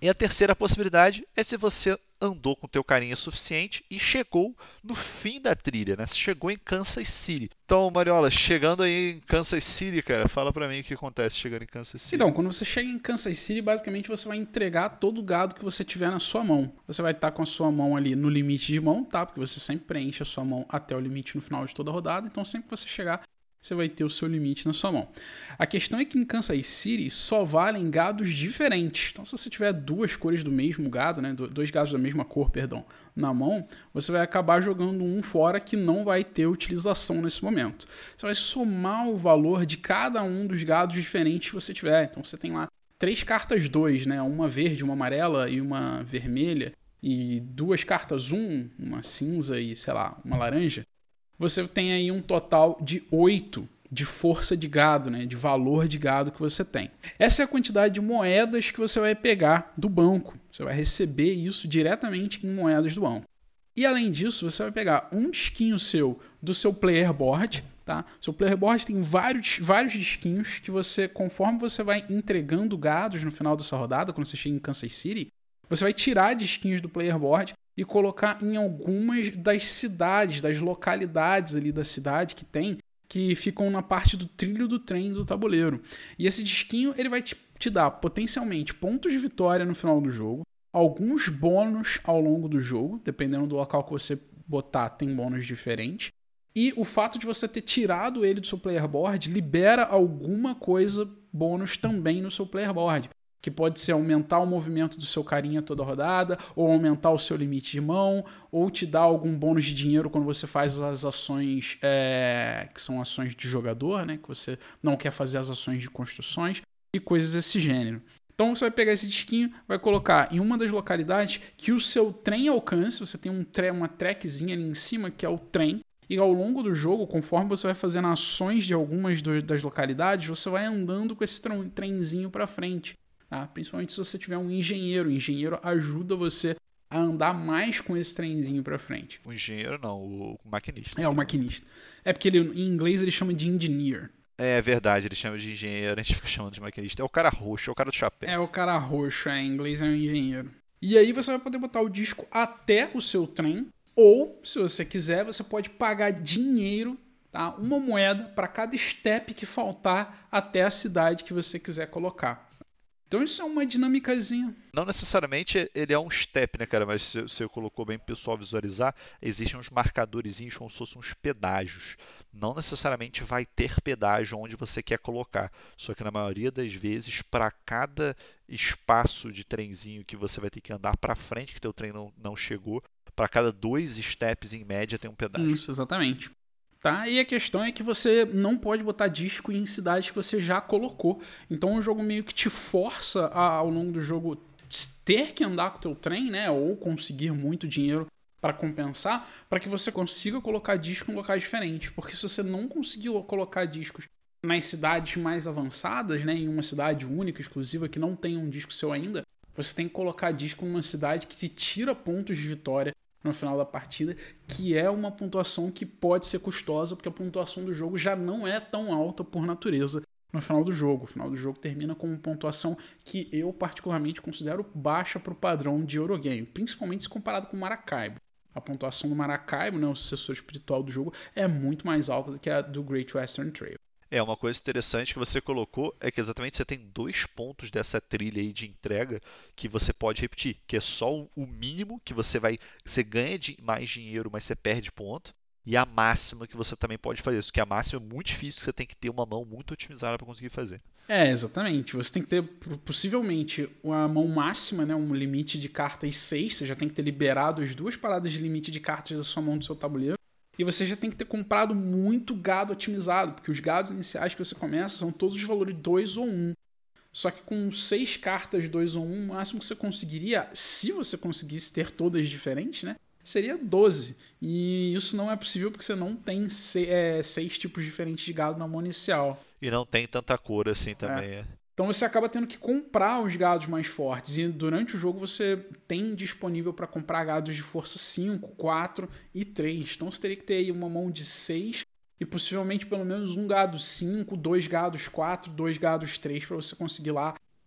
E a terceira possibilidade é se você andou com o teu carinha suficiente e chegou no fim da trilha, né? Você chegou em Kansas City. Então, Mariola, chegando aí em Kansas City, cara, fala pra mim o que acontece chegando em Kansas City. Então, quando você chega em Kansas City, basicamente você vai entregar todo o gado que você tiver na sua mão. Você vai estar com a sua mão ali no limite de mão, tá? Porque você sempre preenche a sua mão até o limite no final de toda a rodada. Então, sempre que você chegar, você vai ter o seu limite na sua mão. A questão é que em Kansas City só valem gados diferentes. Então, se você tiver duas cores do mesmo gado, né, dois gados da mesma cor, perdão, na mão, você vai acabar jogando um fora que não vai ter utilização nesse momento. Você vai somar o valor de cada um dos gados diferentes que você tiver. Então, você tem lá três cartas dois, né, uma verde, uma amarela e uma vermelha, e duas cartas um, uma cinza e, sei lá, uma laranja. Você tem aí um total de oito de força de gado, né? De valor de gado que você tem. Essa é a quantidade de moedas que você vai pegar do banco. Você vai receber isso diretamente em moedas do banco. E além disso, você vai pegar um disquinho seu do seu player board, tá? Seu player board tem vários, vários disquinhos que você, conforme você vai entregando gados no final dessa rodada, quando você chega em Kansas City, você vai tirar disquinhos do player board e colocar em algumas das cidades, das localidades ali da cidade que tem, que ficam na parte do trilho do trem do tabuleiro. E esse disquinho ele vai te, te dar potencialmente pontos de vitória no final do jogo, alguns bônus ao longo do jogo, dependendo do local que você botar, tem bônus diferentes. E o fato de você ter tirado ele do seu player board libera alguma coisa bônus também no seu player board, que pode ser aumentar o movimento do seu carinha toda rodada, ou aumentar o seu limite de mão, ou te dar algum bônus de dinheiro quando você faz as ações, é, que são ações de jogador, né, que você não quer fazer as ações de construções, e coisas desse gênero. Então você vai pegar esse disquinho, vai colocar em uma das localidades que o seu trem alcance, você tem um tre- uma trackzinha ali em cima, que é o trem, e ao longo do jogo, conforme você vai fazendo ações de algumas do, das localidades, você vai andando com esse tre- trenzinho para frente. Tá? Principalmente se você tiver um engenheiro. O engenheiro ajuda você a andar mais com esse trenzinho pra frente. O engenheiro não, o maquinista. É, o maquinista. É porque ele, em inglês ele chama de engineer. É verdade, ele chama de engenheiro, a gente fica chamando de maquinista. É o cara roxo, é o cara do chapéu. É o cara roxo, é, em inglês é um engenheiro. E aí você vai poder botar o disco até o seu trem, ou, se você quiser, você pode pagar dinheiro, tá? Uma moeda para cada step que faltar até a cidade que você quiser colocar. Então isso é uma dinâmicazinha. Não necessariamente ele é um step, né, cara? Mas se você colocou bem pro pessoal visualizar, existem uns marcadorzinhos como se fossem uns pedágios. Não necessariamente vai ter pedágio onde você quer colocar. Só que na maioria das vezes, para cada espaço de trenzinho que você vai ter que andar para frente, que teu trem não, não chegou, para cada dois steps em média tem um pedágio. Isso, exatamente. Tá? E a questão é que você não pode botar disco em cidades que você já colocou. Então o jogo meio que te força a, ao longo do jogo ter que andar com o teu trem, né? Ou conseguir muito dinheiro para compensar, para que você consiga colocar disco em locais diferentes. Porque se você não conseguir colocar discos nas cidades mais avançadas, né? Em uma cidade única, exclusiva, que não tem um disco seu ainda, você tem que colocar disco em uma cidade que te tira pontos de vitória no final da partida, que é uma pontuação que pode ser custosa, porque a pontuação do jogo já não é tão alta por natureza no final do jogo. O final do jogo termina com uma pontuação que eu particularmente considero baixa para o padrão de Eurogame, principalmente se comparado com o Maracaibo. A pontuação do Maracaibo, né, o sucessor espiritual do jogo, é muito mais alta do que a do Great Western Trail. É, uma coisa interessante que você colocou é que exatamente você tem dois pontos dessa trilha aí de entrega que você pode repetir, que é só o mínimo que você vai, você ganha de mais dinheiro, mas você perde ponto, e a máxima que você também pode fazer. Isso que a máxima é muito difícil, você tem que ter uma mão muito otimizada para conseguir fazer. É, exatamente. Você tem que ter possivelmente uma mão máxima, né, um limite de cartas seis, você já tem que ter liberado as duas paradas de limite de cartas da sua mão do seu tabuleiro. E você já tem que ter comprado muito gado otimizado, porque os gados iniciais que você começa são todos de valor de dois ou um. Só que com seis cartas dois ou um, o máximo que você conseguiria, se você conseguisse ter todas diferentes, né, seria doze. E isso não é possível porque você não tem seis, é, seis tipos diferentes de gado na mão inicial. E não tem tanta cor assim também, é. é. Então você acaba tendo que comprar os gados mais fortes. E durante o jogo você tem disponível para comprar gados de força cinco, quatro e três. Então você teria que ter aí uma mão de seis e possivelmente pelo menos um gado cinco, dois gados quatro, dois gados três para você conseguir lá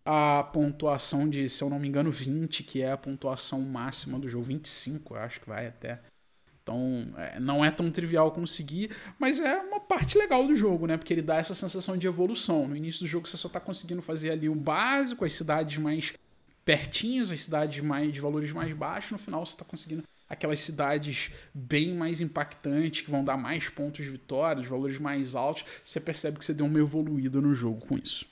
a pontuação de, se eu não me engano, vinte, que é a pontuação máxima do jogo. vinte e cinco, eu acho que vai até. Então, é, não é tão trivial conseguir, mas é uma parte legal do jogo, né? Porque ele dá essa sensação de evolução. No início do jogo você só tá conseguindo fazer ali o básico, as cidades mais pertinhas, as cidades mais, de valores mais baixos. No final você tá conseguindo aquelas cidades bem mais impactantes, que vão dar mais pontos de vitória, de valores mais altos. Você percebe que você deu uma evoluída no jogo com isso.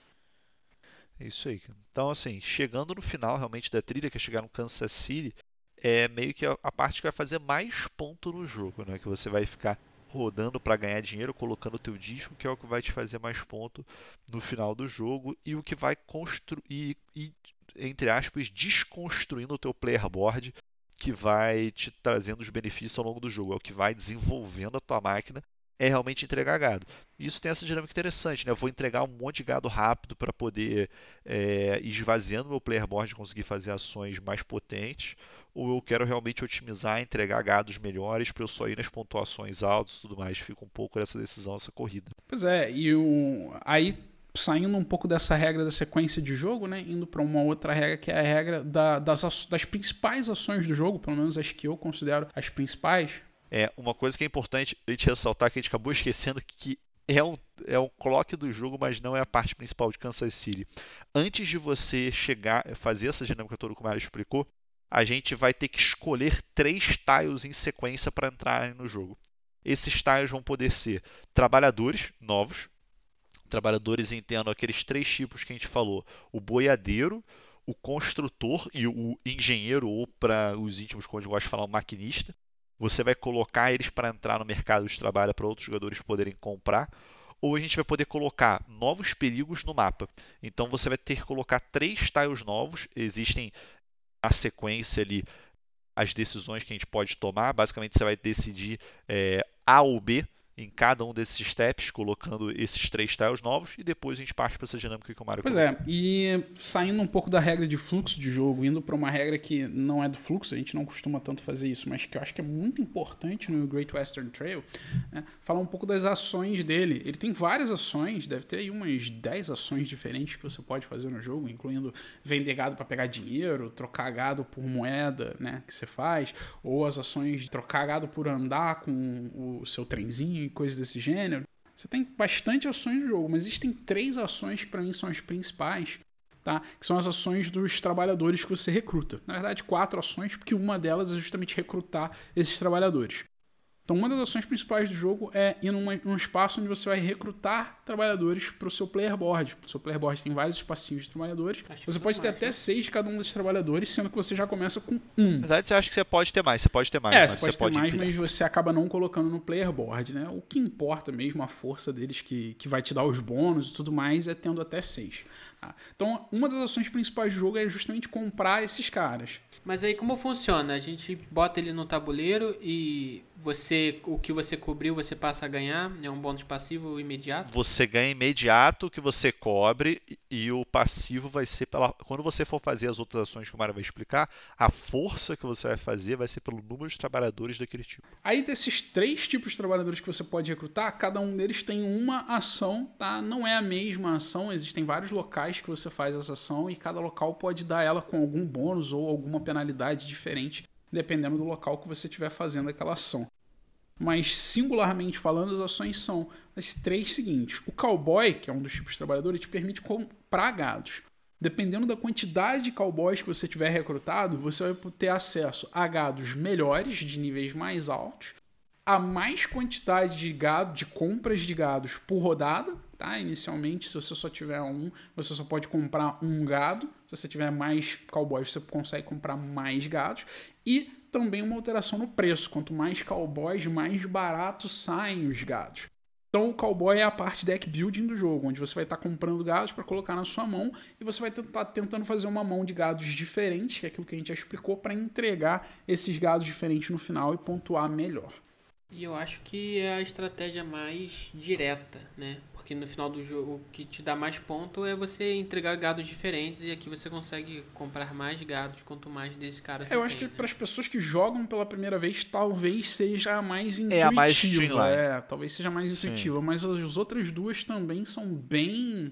É isso aí. Então, assim, chegando no final realmente da trilha, que é chegar no Kansas City, é meio que a, a parte que vai fazer mais ponto no jogo, né? Que você vai ficar rodando para ganhar dinheiro, colocando o teu disco, que é o que vai te fazer mais ponto no final do jogo e o que vai construir e, entre aspas, desconstruindo o teu player board, que vai te trazendo os benefícios ao longo do jogo, é o que vai desenvolvendo a tua máquina, é realmente entregar gado. Isso tem essa dinâmica interessante, né? Eu vou entregar um monte de gado rápido para poder é, ir esvaziando meu player board e conseguir fazer ações mais potentes, ou eu quero realmente otimizar, entregar gados melhores para eu só ir nas pontuações altas e tudo mais. Fica um pouco dessa decisão, essa corrida. Pois é, e o... aí saindo um pouco dessa regra da sequência de jogo, né, indo para uma outra regra que é a regra da, das, das principais ações do jogo, pelo menos as que eu considero as principais. É, uma coisa que é importante a gente ressaltar, que a gente acabou esquecendo, que é um, é um clock do jogo, mas não é a parte principal de Kansas City. Antes de você chegar a fazer essa dinâmica toda que o Mário explicou, a gente vai ter que escolher três tiles em sequência para entrarem no jogo. Esses tiles vão poder ser trabalhadores novos. Trabalhadores, entendo aqueles três tipos que a gente falou: o boiadeiro, o construtor e o engenheiro, ou para os íntimos, como a gente gosta de falar, o maquinista. Você vai colocar eles para entrar no mercado de trabalho para outros jogadores poderem comprar, ou a gente vai poder colocar novos perigos no mapa. Então você vai ter que colocar três tiles novos. Existem na sequência ali as decisões que a gente pode tomar. Basicamente você vai decidir é, A ou B em cada um desses steps, colocando esses três tiles novos, e depois a gente parte para essa dinâmica que o Mário Pois colocou. É, e saindo um pouco da regra de fluxo de jogo, indo para uma regra que não é do fluxo, a gente não costuma tanto fazer isso, mas que eu acho que é muito importante no Great Western Trail, né? Falar um pouco das ações dele. Ele tem várias ações, deve ter aí umas dez ações diferentes que você pode fazer no jogo, incluindo vender gado para pegar dinheiro, trocar gado por moeda, né, que você faz, ou as ações de trocar gado por andar com o seu trenzinho e coisas desse gênero. Você tem bastante ações no jogo, mas existem três ações que para mim são as principais, tá? Que são as ações dos trabalhadores que você recruta. Na verdade, quatro ações, porque uma delas é justamente recrutar esses trabalhadores. Então, uma das ações principais do jogo é ir numa, num espaço onde você vai recrutar trabalhadores para o seu player board. O seu player board tem vários espacinhos de trabalhadores. Acho você pode ter mais, até né? seis de cada um desses trabalhadores, sendo que você já começa com um. Na verdade, você acha que você pode ter mais. Você pode ter mais. É, mas você pode você ter pode mais, empilhar. Mas você acaba não colocando no player board, né? O que importa mesmo, a força deles que, que vai te dar os bônus e tudo mais, é tendo até seis. Tá? Então, uma das ações principais do jogo é justamente comprar esses caras. Mas aí como funciona? A gente bota ele no tabuleiro e você, o que você cobriu você passa a ganhar? É um bônus passivo imediato? Você ganha imediato o que você cobre, e o passivo vai ser pela... Quando você for fazer as outras ações que o Mário vai explicar, a força que você vai fazer vai ser pelo número de trabalhadores daquele tipo. Aí desses três tipos de trabalhadores que você pode recrutar, cada um deles tem uma ação, tá? Não é a mesma ação, existem vários locais que você faz essa ação e cada local pode dar ela com algum bônus ou alguma penalidade diferente, dependendo do local que você estiver fazendo aquela ação. Mas, singularmente falando, as ações são as três seguintes. O cowboy, que é um dos tipos de trabalhador, ele te permite comprar gados. Dependendo da quantidade de cowboys que você tiver recrutado, você vai ter acesso a gados melhores, de níveis mais altos, a mais quantidade de gado, de compras de gados por rodada, tá? Inicialmente, se você só tiver um, você só pode comprar um gado. Se você tiver mais cowboys, você consegue comprar mais gados. E também uma alteração no preço. Quanto mais cowboys, mais barato saem os gados. Então, o cowboy é a parte deck building do jogo, onde você vai estar comprando gados para colocar na sua mão e você vai estar tentando fazer uma mão de gados diferente, que é aquilo que a gente já explicou, para entregar esses gados diferentes no final e pontuar melhor. E eu acho que é a estratégia mais direta, né? Porque no final do jogo, o que te dá mais ponto é você entregar gados diferentes, e aqui você consegue comprar mais gados quanto mais desse cara você Eu acho tem, que né? para as pessoas que jogam pela primeira vez, talvez seja a mais intuitiva. É a mais streamline. É, talvez seja mais intuitiva, Sim. Mas as outras duas também são bem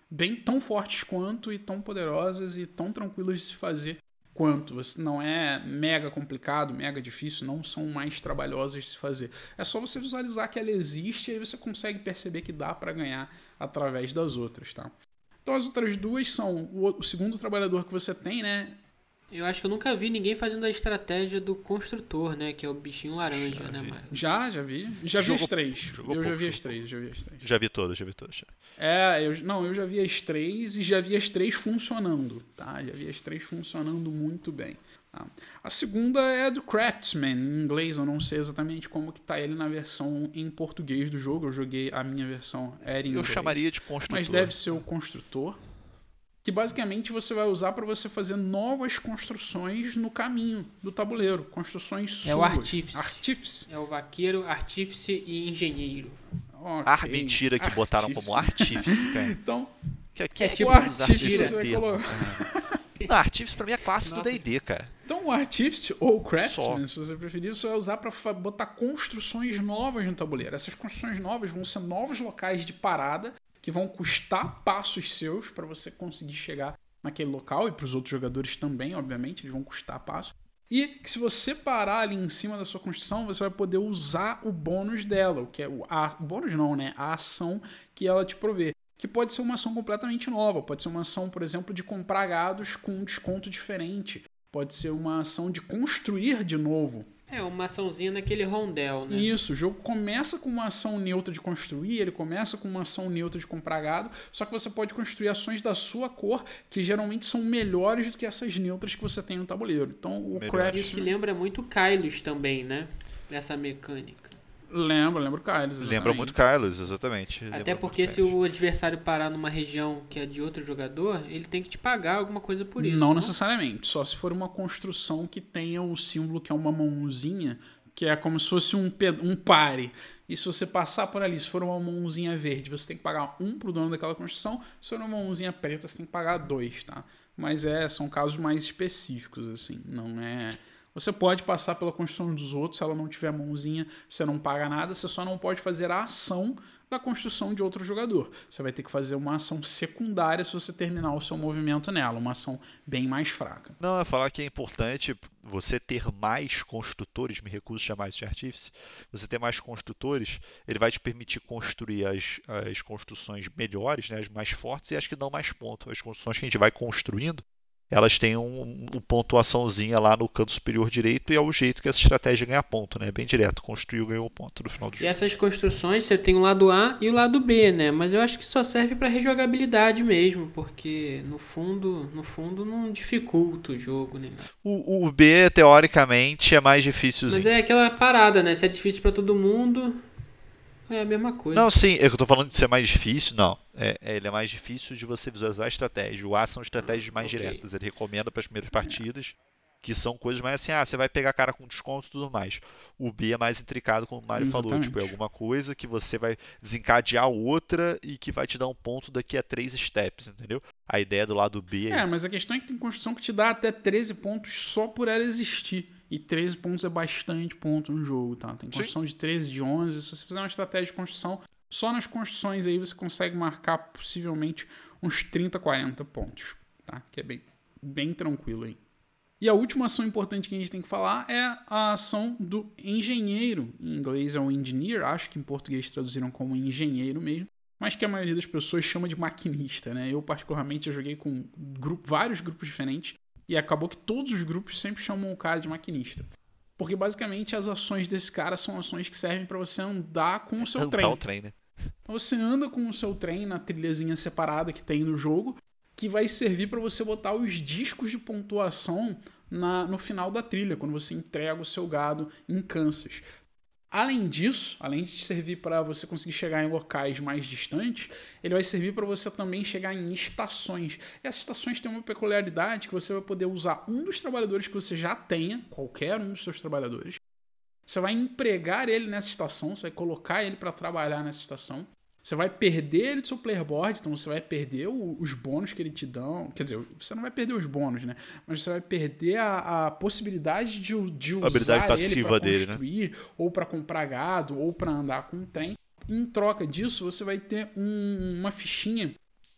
bem tão fortes quanto e tão poderosas e tão tranquilas de se fazer quanto. Você não é mega complicado, mega difícil, não são mais trabalhosas de se fazer. É só você visualizar que ela existe e aí você consegue perceber que dá para ganhar através das outras, tá? Então as outras duas são o, o segundo trabalhador que você tem, né? Eu acho que eu nunca vi ninguém fazendo a estratégia do construtor, né? Que é o bichinho laranja, Já né, vi. Mário? Já, já vi. Já vi Jogou- as três. jogou Eu já pouco, vi as jogou três, já vi as três. Já vi todas, já vi todas. já. É, eu, não, eu já vi as três e já vi as três funcionando, tá? Já vi as três funcionando muito bem. Tá? A segunda é do Craftsman, em inglês, eu não sei exatamente como que tá ele na versão em português do jogo, eu joguei a minha versão era em Eu inglês, chamaria de construtor. mas deve ser o construtor, que basicamente você vai usar para você fazer novas construções no caminho do tabuleiro, construções suas. É o artífice. Artífice. É o vaqueiro, artífice e engenheiro. Ok. Ah, mentira que botaram Artífice. como artífice, cara. Então, Que aqui É é tipo o tipo usar artífice esse você vai termo, colocar. cara. Não, artífice pra mim é classe do Nossa. D e D, cara. Então o Artífice ou o Craftsman, Só. se você preferir, você vai usar para botar construções novas no tabuleiro. Essas construções novas vão ser novos locais de parada que vão custar passos seus para você conseguir chegar naquele local e para os outros jogadores também, obviamente, eles vão custar passos. E que se você parar ali em cima da sua construção, você vai poder usar o bônus dela, o que é o, a, o bônus não, né? A ação que ela te provê. Que pode ser uma ação completamente nova, pode ser uma ação, por exemplo, de comprar gados com um desconto diferente, pode ser uma ação de construir de novo. É, uma açãozinha naquele rondel, né? Isso, o jogo começa com uma ação neutra de construir, ele começa com uma ação neutra de comprar gado, só que você pode construir ações da sua cor, que geralmente são melhores do que essas neutras que você tem no tabuleiro. Então o Melhor. Craft Isso que lembra muito Kylos também, né? Nessa mecânica. lembra, lembra o Kylos. Lembra muito Carlos, exatamente. Até Lembra porque muito se Carlos. o adversário parar numa região que é de outro jogador, ele tem que te pagar alguma coisa por isso. Não necessariamente, só se for uma construção que tenha o símbolo que é uma mãozinha, que é como se fosse um, ped- um pare. E se você passar por ali, se for uma mãozinha verde, você tem que pagar um pro dono daquela construção. Se for uma mãozinha preta, você tem que pagar dois, tá? Mas é, são casos mais específicos, assim. Não é... Você pode passar pela construção dos outros, se ela não tiver mãozinha, você não paga nada, você só não pode fazer a ação da construção de outro jogador. Você vai ter que fazer uma ação secundária se você terminar o seu movimento nela, uma ação bem mais fraca. Não, é falar que é importante você ter mais construtores, me recuso a chamar isso de artífice, você ter mais construtores, ele vai te permitir construir as, as construções melhores, né, as mais fortes e as que dão mais ponto. As construções que a gente vai construindo, elas têm um, um pontuaçãozinha lá no canto superior direito e é o jeito que essa estratégia ganha ponto, né? Bem direto, construiu, ganhou ponto no final do E jogo. essas construções, você tem o lado A e o lado B, né? Mas eu acho que só serve pra rejogabilidade mesmo, porque no fundo, no fundo não dificulta o jogo, nem nada. O, o B, teoricamente, é mais difícilzinho. Mas é aquela parada, né? Se é difícil pra todo mundo, é a mesma coisa. Não, sim, é que eu tô falando de ser mais difícil, não. É, é, ele é mais difícil de você visualizar a estratégia. O A são estratégias mais ok. diretas. Ele recomenda para as primeiras partidas, que são coisas mais assim, ah, você vai pegar cara com desconto e tudo mais. O B é mais intricado, como o Mário falou. Exatamente. Tipo, é alguma coisa que você vai desencadear outra e que vai te dar um ponto daqui a três steps, entendeu? A ideia do lado B é, É, isso. mas a questão é que tem construção que te dá até treze pontos só por ela existir. E treze pontos é bastante ponto no jogo, tá? Tem construção de treze, de onze. Se você fizer uma estratégia de construção, só nas construções aí você consegue marcar possivelmente uns trinta, quarenta pontos, tá? Que é bem, bem tranquilo aí. E a última ação importante que a gente tem que falar é a ação do engenheiro. Em inglês é o engineer, acho que em português traduziram como engenheiro mesmo. Mas que a maioria das pessoas chama de maquinista, né? Eu, particularmente, já joguei com grupo, vários grupos diferentes. E acabou que todos os grupos sempre chamam o cara de maquinista. Porque, basicamente, as ações desse cara são ações que servem para você andar com o seu Andar trem. o trem, né? Então, você anda com o seu trem na trilhazinha separada que tem no jogo, que vai servir para você botar os discos de pontuação na, no final da trilha, quando você entrega o seu gado em Kansas. Além disso, além de servir para você conseguir chegar em locais mais distantes, ele vai servir para você também chegar em estações. E essas estações têm uma peculiaridade que você vai poder usar um dos trabalhadores que você já tenha, qualquer um dos seus trabalhadores. Você vai empregar ele nessa estação, você vai colocar ele para trabalhar nessa estação. Você vai perder ele do seu player board, então você vai perder o, os bônus que ele te dão. Quer dizer, você não vai perder os bônus, né? Mas você vai perder a, a possibilidade de, de usar habilidade ele passiva para dele, né? construir, ou para comprar gado, ou para andar com um trem. Em troca disso, você vai ter um, uma fichinha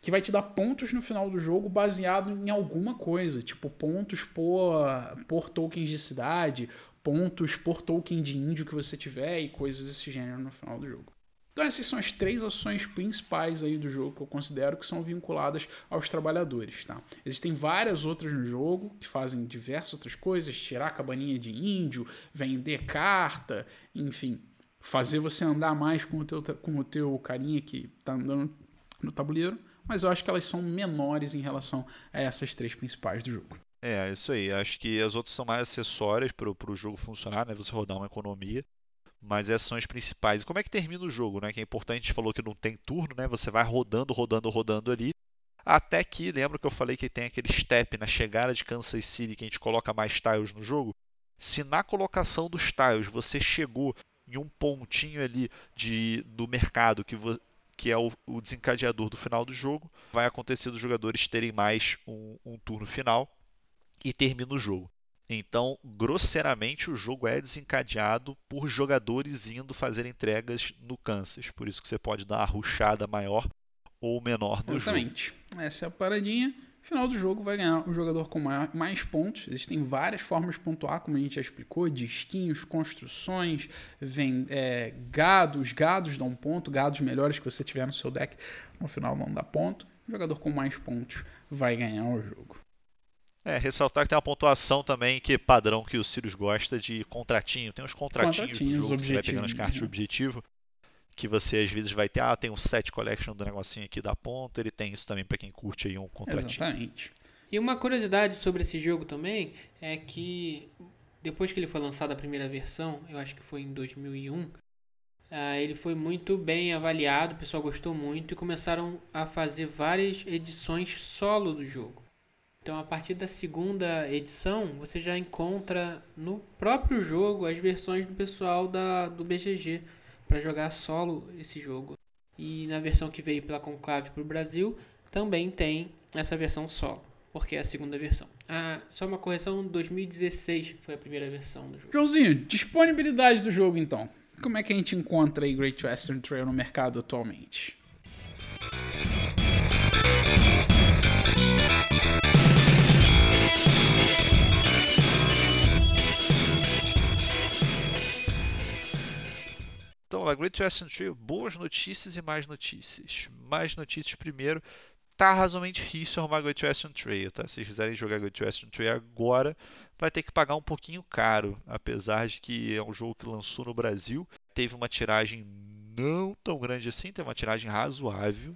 que vai te dar pontos no final do jogo baseado em alguma coisa, tipo pontos por, por tokens de cidade, pontos por token de índio que você tiver e coisas desse gênero no final do jogo. Então essas são as três ações principais aí do jogo que eu considero que são vinculadas aos trabalhadores, tá? Existem várias outras no jogo que fazem diversas outras coisas, tirar a cabaninha de índio, vender carta, enfim, fazer você andar mais com o teu, com o teu carinha que tá andando no tabuleiro, mas eu acho que elas são menores em relação a essas três principais do jogo. É, isso aí. Acho que as outras são mais acessórias para o jogo funcionar, né? Você rodar uma economia. Mas essas são as principais. E como é que termina o jogo, né? Que é importante, a gente falou que não tem turno, né? Você vai rodando, rodando, rodando ali. Até que, lembra que eu falei que tem aquele step na chegada de Kansas City que a gente coloca mais tiles no jogo? Se na colocação dos tiles você chegou em um pontinho ali de, do mercado que, vo, que é o, o desencadeador do final do jogo, vai acontecer dos jogadores terem mais um, um turno final e termina o jogo. Então, grosseiramente, o jogo é desencadeado por jogadores indo fazer entregas no Kansas. Por isso que você pode dar uma rushada maior ou menor no Exatamente. jogo. Exatamente. Essa é a paradinha. No final do jogo vai ganhar o jogador com mais pontos. Existem várias formas de pontuar, como a gente já explicou. Disquinhos, construções, vem, é, gados. Gados dão ponto. Gados melhores que você tiver no seu deck, no final vão dar ponto. O jogador com mais pontos vai ganhar o jogo. É, ressaltar que tem uma pontuação também que é padrão que o Sirius gosta de contratinho. Tem uns contratinhos, contratinhos do jogo que você vai pegando as cartas de objetivo, que você às vezes vai ter, ah, tem um set collection do negocinho aqui da ponta, ele tem isso também para quem curte aí um contratinho. Exatamente. E uma curiosidade sobre esse jogo também é que depois que ele foi lançado a primeira versão, eu acho que foi em dois mil e um, uh, ele foi muito bem avaliado, o pessoal gostou muito e começaram a fazer várias edições solo do jogo. Então, a partir da segunda edição, você já encontra no próprio jogo as versões do pessoal da, do B G G para jogar solo esse jogo. E na versão que veio pela Conclave para o Brasil, também tem essa versão solo, porque é a segunda versão. Ah, só uma correção, dois mil e dezesseis foi a primeira versão do jogo. Joãozinho, disponibilidade do jogo então. Como é que a gente encontra aí Great Western Trail no mercado atualmente? Então, a Great Western Trail, boas notícias e mais notícias. Mais notícias primeiro, tá razoavelmente difícil arrumar Great Western Trail, tá? Se vocês quiserem jogar Great Western Trail agora, vai ter que pagar um pouquinho caro, apesar de que é um jogo que lançou no Brasil, teve uma tiragem não tão grande assim, teve uma tiragem razoável,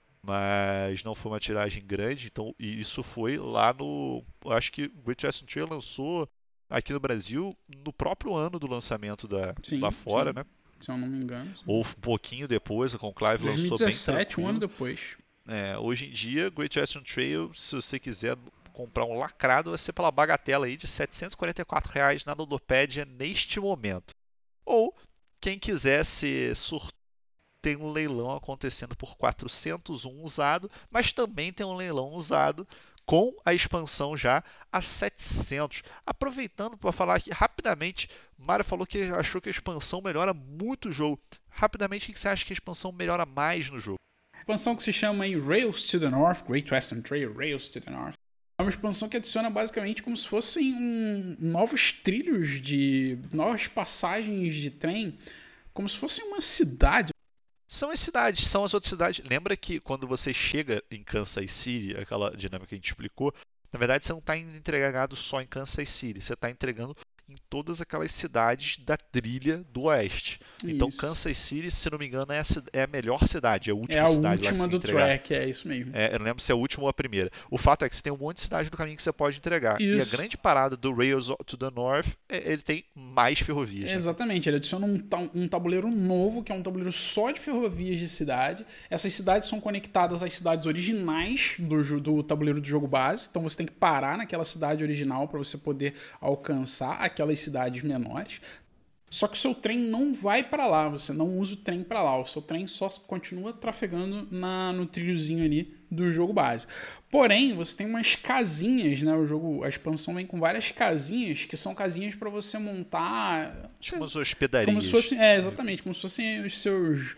mas não foi uma tiragem grande, então e isso foi lá no, acho que Great Western Trail lançou aqui no Brasil no próprio ano do lançamento da, sim, lá fora, sim. né? Se eu não me engano. Sim. Ou um pouquinho depois, a Conclave lançou bem tranquilo. um ano depois. É, hoje em dia, Great Western Trail, se você quiser comprar um lacrado, vai ser pela bagatela aí de setecentos e quarenta e quatro reais na Ludopédia neste momento. Ou, quem quiser ser surtado, tem um leilão acontecendo por quatrocentos e um usado, mas também tem um leilão usado com a expansão já a setecentos. Aproveitando para falar aqui rapidamente, Mário falou que achou que a expansão melhora muito o jogo. Rapidamente, o que você acha que a expansão melhora mais no jogo? A expansão que se chama aí Rails to the North, Great Western Trail, Rails to the North. É uma expansão que adiciona basicamente como se fossem um, novos trilhos de... novas passagens de trem, como se fosse uma cidade. São as cidades, são as outras cidades. Lembra que quando você chega em Kansas City, aquela dinâmica que a gente explicou, na verdade você não está entregado só em Kansas City, você está entregando em todas aquelas cidades da trilha do oeste. Isso. Então Kansas City, se não me engano, é a, é a melhor cidade, é a última é a cidade última lá do entregar. track, é isso mesmo. É, eu não lembro se é a última ou a primeira. O fato é que você tem um monte de cidade no caminho que você pode entregar. Isso. E a grande parada do Rails to the North, é, ele tem mais ferrovias. É, exatamente, ele adiciona um, um tabuleiro novo, que é um tabuleiro só de ferrovias de cidade. Essas cidades são conectadas às cidades originais do, do tabuleiro do jogo base, então você tem que parar naquela cidade original para você poder alcançar aquelas cidades menores. menores. Só que o seu trem não vai para lá, você não usa o trem para lá, o seu trem só continua trafegando na, no trilhozinho ali do jogo base. Porém, você tem umas casinhas, né? O jogo, a expansão vem com várias casinhas, que são casinhas para você montar... Tipo umas hospedarias. Como se fossem, é, exatamente, como se fossem os seus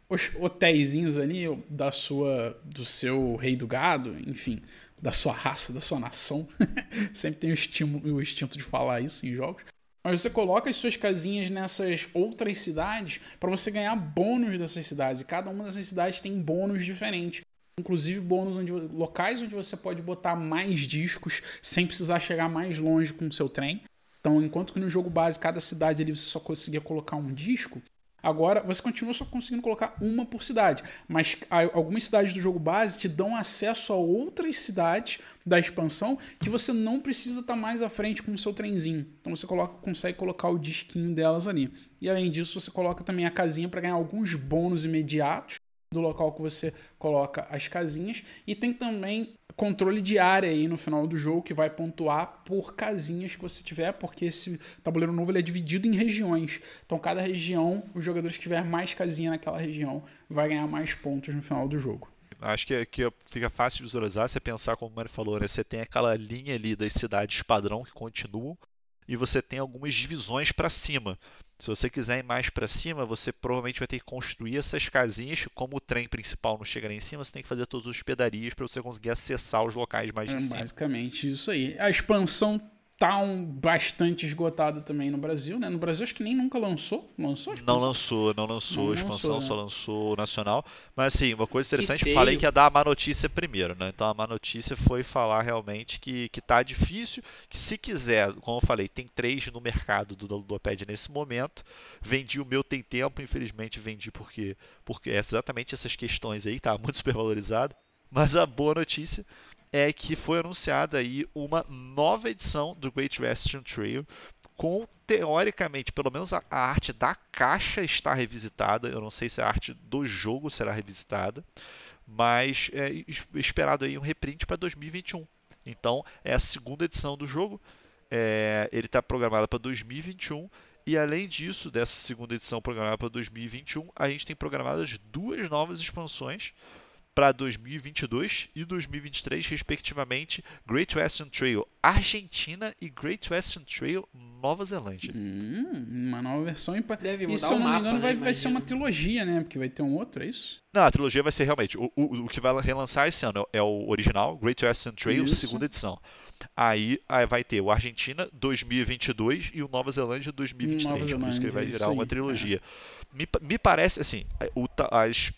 os hotéisinhos ali da sua, do seu rei do gado, enfim, da sua raça, da sua nação. Sempre tem o, estímulo, o instinto de falar isso em jogos. Mas você coloca as suas casinhas nessas outras cidades para você ganhar bônus dessas cidades. E cada uma dessas cidades tem bônus diferentes. Inclusive bônus onde, locais onde você pode botar mais discos sem precisar chegar mais longe com o seu trem. Então, enquanto que no jogo base, cada cidade ali você só conseguia colocar um disco, agora você continua só conseguindo colocar uma por cidade. Mas algumas cidades do jogo base te dão acesso a outras cidades da expansão que você não precisa estar mais à frente com o seu trenzinho. Então você coloca, consegue colocar o disquinho delas ali. E além disso, você coloca também a casinha para ganhar alguns bônus imediatos do local que você coloca as casinhas. E tem também controle de área aí no final do jogo que vai pontuar por casinhas que você tiver, porque esse tabuleiro novo ele é dividido em regiões. Então cada região, os jogadores que tiver mais casinha naquela região vai ganhar mais pontos no final do jogo. Acho que aqui fica fácil de visualizar, você pensar como o Mário falou, né? Você tem aquela linha ali das cidades padrão que continuam e você tem algumas divisões para cima. Se você quiser ir mais para cima, você provavelmente vai ter que construir essas casinhas. Como o trem principal não chega lá em cima, você tem que fazer todas as pedarias para você conseguir acessar os locais mais de é cima. Basicamente isso aí. A expansão tá um, bastante esgotada também no Brasil, né? No Brasil acho que nem nunca lançou. Lançou a expansão? Não lançou, não lançou. Não a expansão lançou, né? só lançou o nacional. Mas assim, uma coisa interessante, Que falei feio. que ia dar a má notícia primeiro, né? Então a má notícia foi falar realmente que, que tá difícil, que se quiser, como eu falei, tem três no mercado do Ludopad nesse momento. Vendi o meu tem tempo, infelizmente vendi porque, porque é exatamente essas questões aí, tá muito supervalorizado. Mas a boa notícia é que foi anunciada aí uma nova edição do Great Western Trail com, teoricamente, pelo menos a, a arte da caixa está revisitada. Eu não sei se a arte do jogo será revisitada, mas é esperado aí um reprint para dois mil e vinte e um. Então, é a segunda edição do jogo. É, ele está programado para dois mil e vinte e um. E além disso, dessa segunda edição programada para dois mil e vinte e um, a gente tem programadas duas novas expansões para dois mil e vinte e dois e dois mil e vinte e três, respectivamente, Great Western Trail Argentina e Great Western Trail Nova Zelândia. Hum, uma nova versão. Impa... Deve E mudar se eu o não me mapa, engano, né, vai, vai ser uma imagino. trilogia, né? Porque vai ter um outro, é isso? Não, a trilogia vai ser realmente. O, o, o que vai relançar esse ano é o original, Great Western Trail, Isso. segunda edição. Aí, aí vai ter o Argentina dois mil e vinte e dois e o Nova Zelândia dois mil e vinte e três. Nova Por isso que ele vai Zelândia, virar isso uma aí, trilogia. Me, me parece assim, o, ta- as.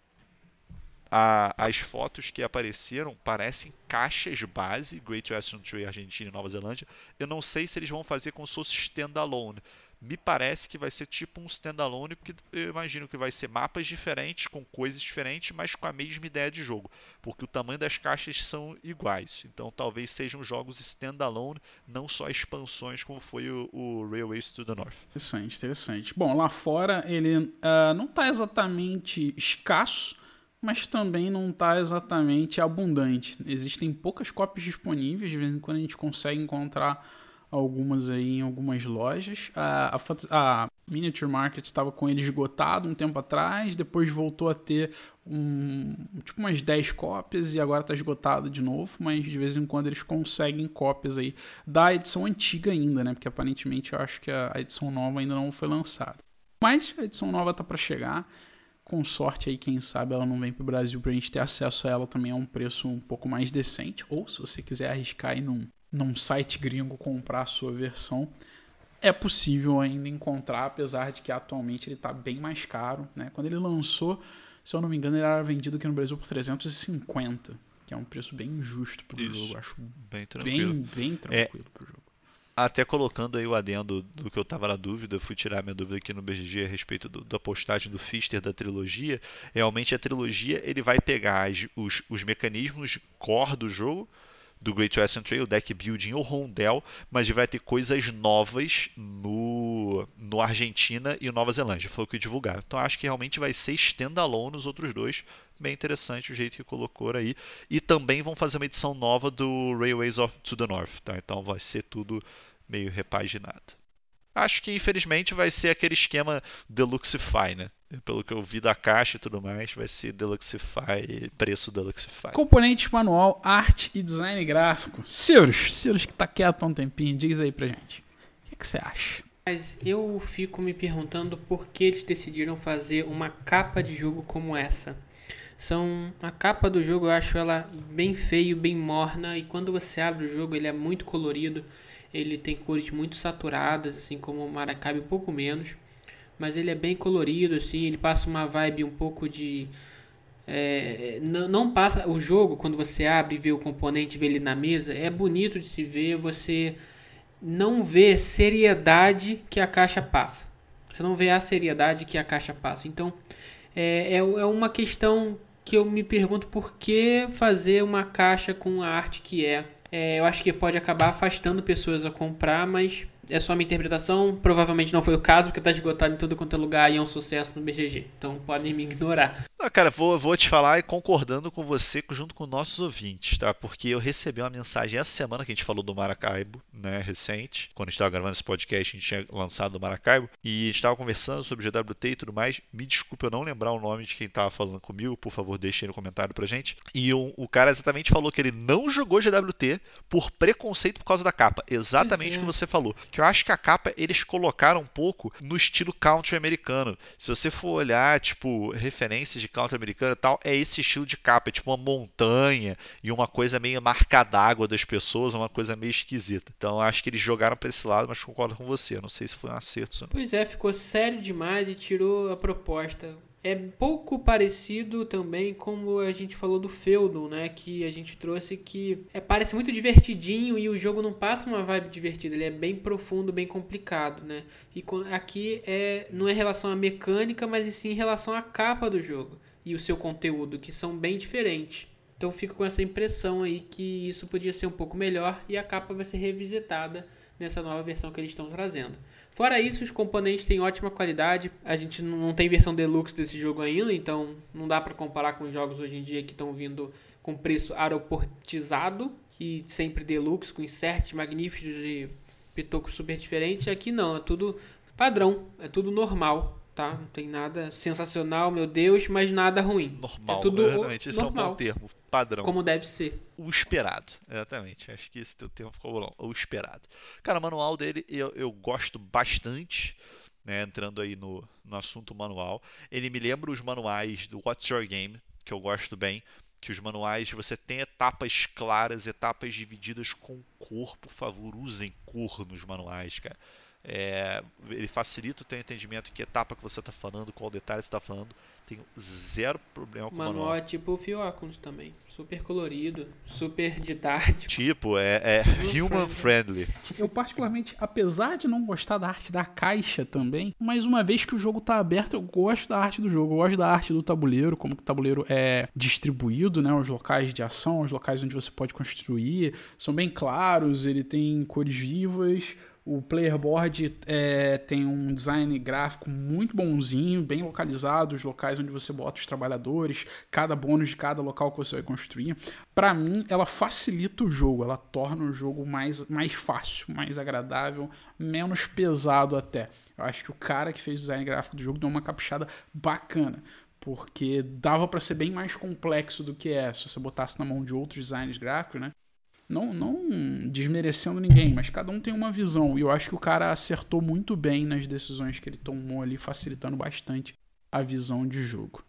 A, as fotos que apareceram parecem caixas base, Great Western Trail Argentina e Nova Zelândia. Eu não sei se eles vão fazer como se fosse standalone. Me parece que vai ser tipo um standalone, porque eu imagino que vai ser mapas diferentes, com coisas diferentes, mas com a mesma ideia de jogo. Porque o tamanho das caixas são iguais. Então talvez sejam jogos standalone, não só expansões como foi o, o Railways to the North. Interessante, interessante. Bom, lá fora ele ah, não está exatamente escasso, mas também não está exatamente abundante. Existem poucas cópias disponíveis, de vez em quando a gente consegue encontrar algumas aí em algumas lojas. A, a, a Miniature Market estava com ele esgotado um tempo atrás, depois voltou a ter um, tipo umas dez cópias e agora está esgotado de novo, mas de vez em quando eles conseguem cópias aí da edição antiga ainda, né? Porque aparentemente eu acho que a, a edição nova ainda não foi lançada. Mas a edição nova tá para chegar. Com sorte aí, quem sabe ela não vem pro Brasil pra gente ter acesso a ela também a um preço um pouco mais decente. Ou se você quiser arriscar aí num, num site gringo comprar a sua versão, é possível ainda encontrar, apesar de que atualmente ele tá bem mais caro, né? Quando ele lançou, se eu não me engano, ele era vendido aqui no Brasil por trezentos e cinquenta, que é um preço bem justo pro Isso, jogo. Acho bem tranquilo. bem, bem tranquilo É. pro jogo. Até colocando aí o adendo do que eu estava na dúvida, fui tirar minha dúvida aqui no B G G a respeito do, da postagem do Fister da trilogia. Realmente a trilogia ele vai pegar as, os, os mecanismos core do jogo, do Great Western Trail, deck building ou rondel, mas ele vai ter coisas novas no, no Argentina e o Nova Zelândia, foi o que divulgaram. Então acho que realmente vai ser standalone os outros dois, bem interessante o jeito que colocou aí. E também vão fazer uma edição nova do Railways of, to the North, tá? Então vai ser tudo meio repaginado. Acho que infelizmente vai ser aquele esquema Deluxify, né? Pelo que eu vi da caixa e tudo mais, vai ser Deluxify, preço Deluxify. Componentes, manual, arte e design gráfico. Cirus, Cirus que tá quieto há um tempinho, diz aí pra gente. O que, que você acha? Mas eu fico me perguntando por que eles decidiram fazer uma capa de jogo como essa. São, a capa do jogo eu acho ela bem feio, bem morna, e quando você abre o jogo ele é muito colorido, ele tem cores muito saturadas, assim como o Maracaibo um pouco menos, mas ele é bem colorido, assim, ele passa uma vibe um pouco de... É, não, não passa o jogo, quando você abre e vê o componente, vê ele na mesa, é bonito de se ver, você... não vê seriedade que a caixa passa. Você não vê a seriedade que a caixa passa. Então, é, é, é uma questão que eu me pergunto por que fazer uma caixa com a arte que é. é. Eu acho que pode acabar afastando pessoas a comprar, mas é só a minha interpretação. Provavelmente não foi o caso, porque tá esgotado em todo quanto é lugar e é um sucesso no B G G. Então, podem me ignorar. Ah, cara, vou, vou te falar e concordando com você junto com nossos ouvintes, tá? Porque eu recebi uma mensagem essa semana que a gente falou do Maracaibo, né, recente. Quando a gente estava gravando esse podcast, a gente tinha lançado o Maracaibo e a gente estava conversando sobre G W T e tudo mais. Me desculpa eu não lembrar o nome de quem estava falando comigo, por favor, deixe aí no comentário pra gente. E o, o cara exatamente falou que ele não jogou G W T por preconceito por causa da capa. Exatamente o que você falou. Que eu acho que a capa eles colocaram um pouco no estilo country americano. Se você for olhar, tipo, referências de country americano e tal, é esse estilo de capa, é tipo uma montanha e uma coisa meio marca d'água das pessoas, uma coisa meio esquisita. Então acho que eles jogaram para esse lado, mas concordo com você. Eu não sei se foi um acerto. Pois é, ficou sério demais e tirou a proposta. É pouco parecido também como a gente falou do Feudum, né? Que a gente trouxe que é, parece muito divertidinho e o jogo não passa uma vibe divertida. Ele é bem profundo, bem complicado, né? E aqui é, não é em relação à mecânica, mas sim em relação à capa do jogo e o seu conteúdo, que são bem diferentes. Então fico com essa impressão aí que isso podia ser um pouco melhor e a capa vai ser revisitada nessa nova versão que eles estão trazendo. Fora isso, os componentes têm ótima qualidade. A gente não tem versão deluxe desse jogo ainda, então não dá para comparar com os jogos hoje em dia que estão vindo com preço aeroportizado e sempre deluxe, com inserts magníficos e pitocos super diferentes. Aqui não, é tudo padrão, é tudo normal. Tá? Não tem nada sensacional, meu Deus, mas nada ruim. Normal, é tudo exatamente. Esse normal, é um bom termo, padrão. Como deve ser. O esperado, exatamente. Acho que esse teu termo ficou bom. O esperado. Cara, o manual dele eu, eu gosto bastante, né? Entrando aí no, no assunto manual. Ele me lembra os manuais do What's Your Game, que eu gosto bem. Que os manuais, você tem etapas claras, etapas divididas com cor. Por favor, usem cor nos manuais, cara. É, ele facilita o teu entendimento de que etapa que você está falando, qual detalhe você está falando. Tenho zero problema com o manual. O manual é tipo o Fiocons também, super colorido, super didático. Tipo, é, é human friendly. Eu particularmente, apesar de não gostar da arte da caixa também, mas uma vez que o jogo tá aberto, eu gosto da arte do jogo. Eu gosto da arte do tabuleiro, como que o tabuleiro é distribuído, né? Os locais de ação, os locais onde você pode construir, são bem claros, ele tem cores vivas. O player board é, tem um design gráfico muito bonzinho, bem localizado, os locais onde você bota os trabalhadores, cada bônus de cada local que você vai construir. Para mim, ela facilita o jogo, ela torna o jogo mais, mais fácil, mais agradável, menos pesado até. Eu acho que o cara que fez o design gráfico do jogo deu uma caprichada bacana, porque dava para ser bem mais complexo do que é, se você botasse na mão de outros designers gráficos, né? Não, não desmerecendo ninguém, mas cada um tem uma visão. E eu acho que o cara acertou muito bem nas decisões que ele tomou ali, facilitando bastante a visão de jogo.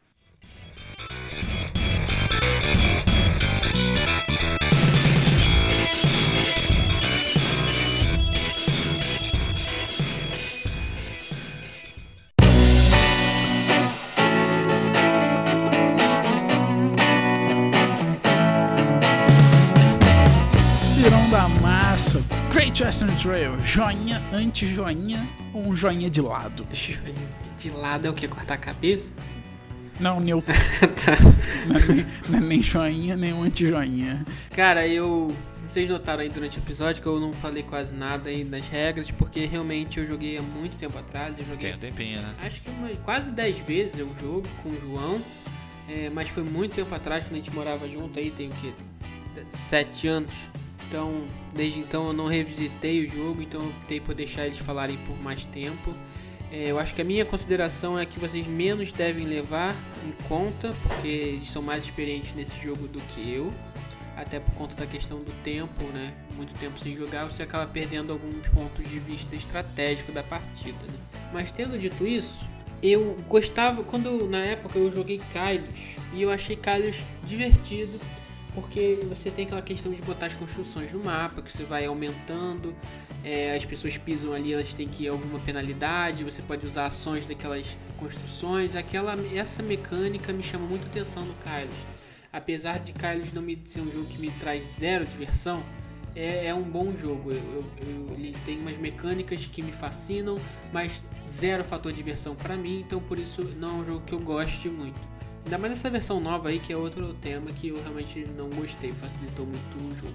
Da massa, Great Western Trail, joinha, anti-joinha ou um joinha de lado? Joinha de lado é o que? Cortar a cabeça? Não, neutro. Tá. Não, é nem, não é nem joinha, nem um anti-joinha. Cara, eu... Vocês notaram aí durante o episódio que eu não falei quase nada aí das regras, porque realmente eu joguei há muito tempo atrás. Eu joguei, tem um tempinho, né? Acho que uma, quase dez vezes eu jogo com o João, é, mas foi muito tempo atrás, quando a gente morava junto aí, tem o quê? Sete anos. Então, desde então eu não revisitei o jogo, então eu optei por deixar eles falarem por mais tempo. É, eu acho que a minha consideração é que vocês menos devem levar em conta, porque eles são mais experientes nesse jogo do que eu. até por conta da questão do tempo, né? Muito tempo sem jogar, você acaba perdendo alguns pontos de vista estratégico da partida, né? Mas tendo dito isso, eu gostava, quando na época eu joguei Kailus, e eu achei Kailus divertido, porque você tem aquela questão de botar as construções no mapa, que você vai aumentando, é, as pessoas pisam ali, elas têm que ir alguma penalidade, você pode usar ações daquelas construções, aquela, essa mecânica me chama muito atenção no Kailus. Apesar de Kailus não me ser um jogo que me traz zero diversão, é, é um bom jogo. Eu, eu, eu, ele tem umas mecânicas que me fascinam, mas zero fator de diversão pra mim, então por isso não é um jogo que eu goste muito. Ainda mais essa versão nova aí, que é outro tema que eu realmente não gostei, facilitou muito o jogo.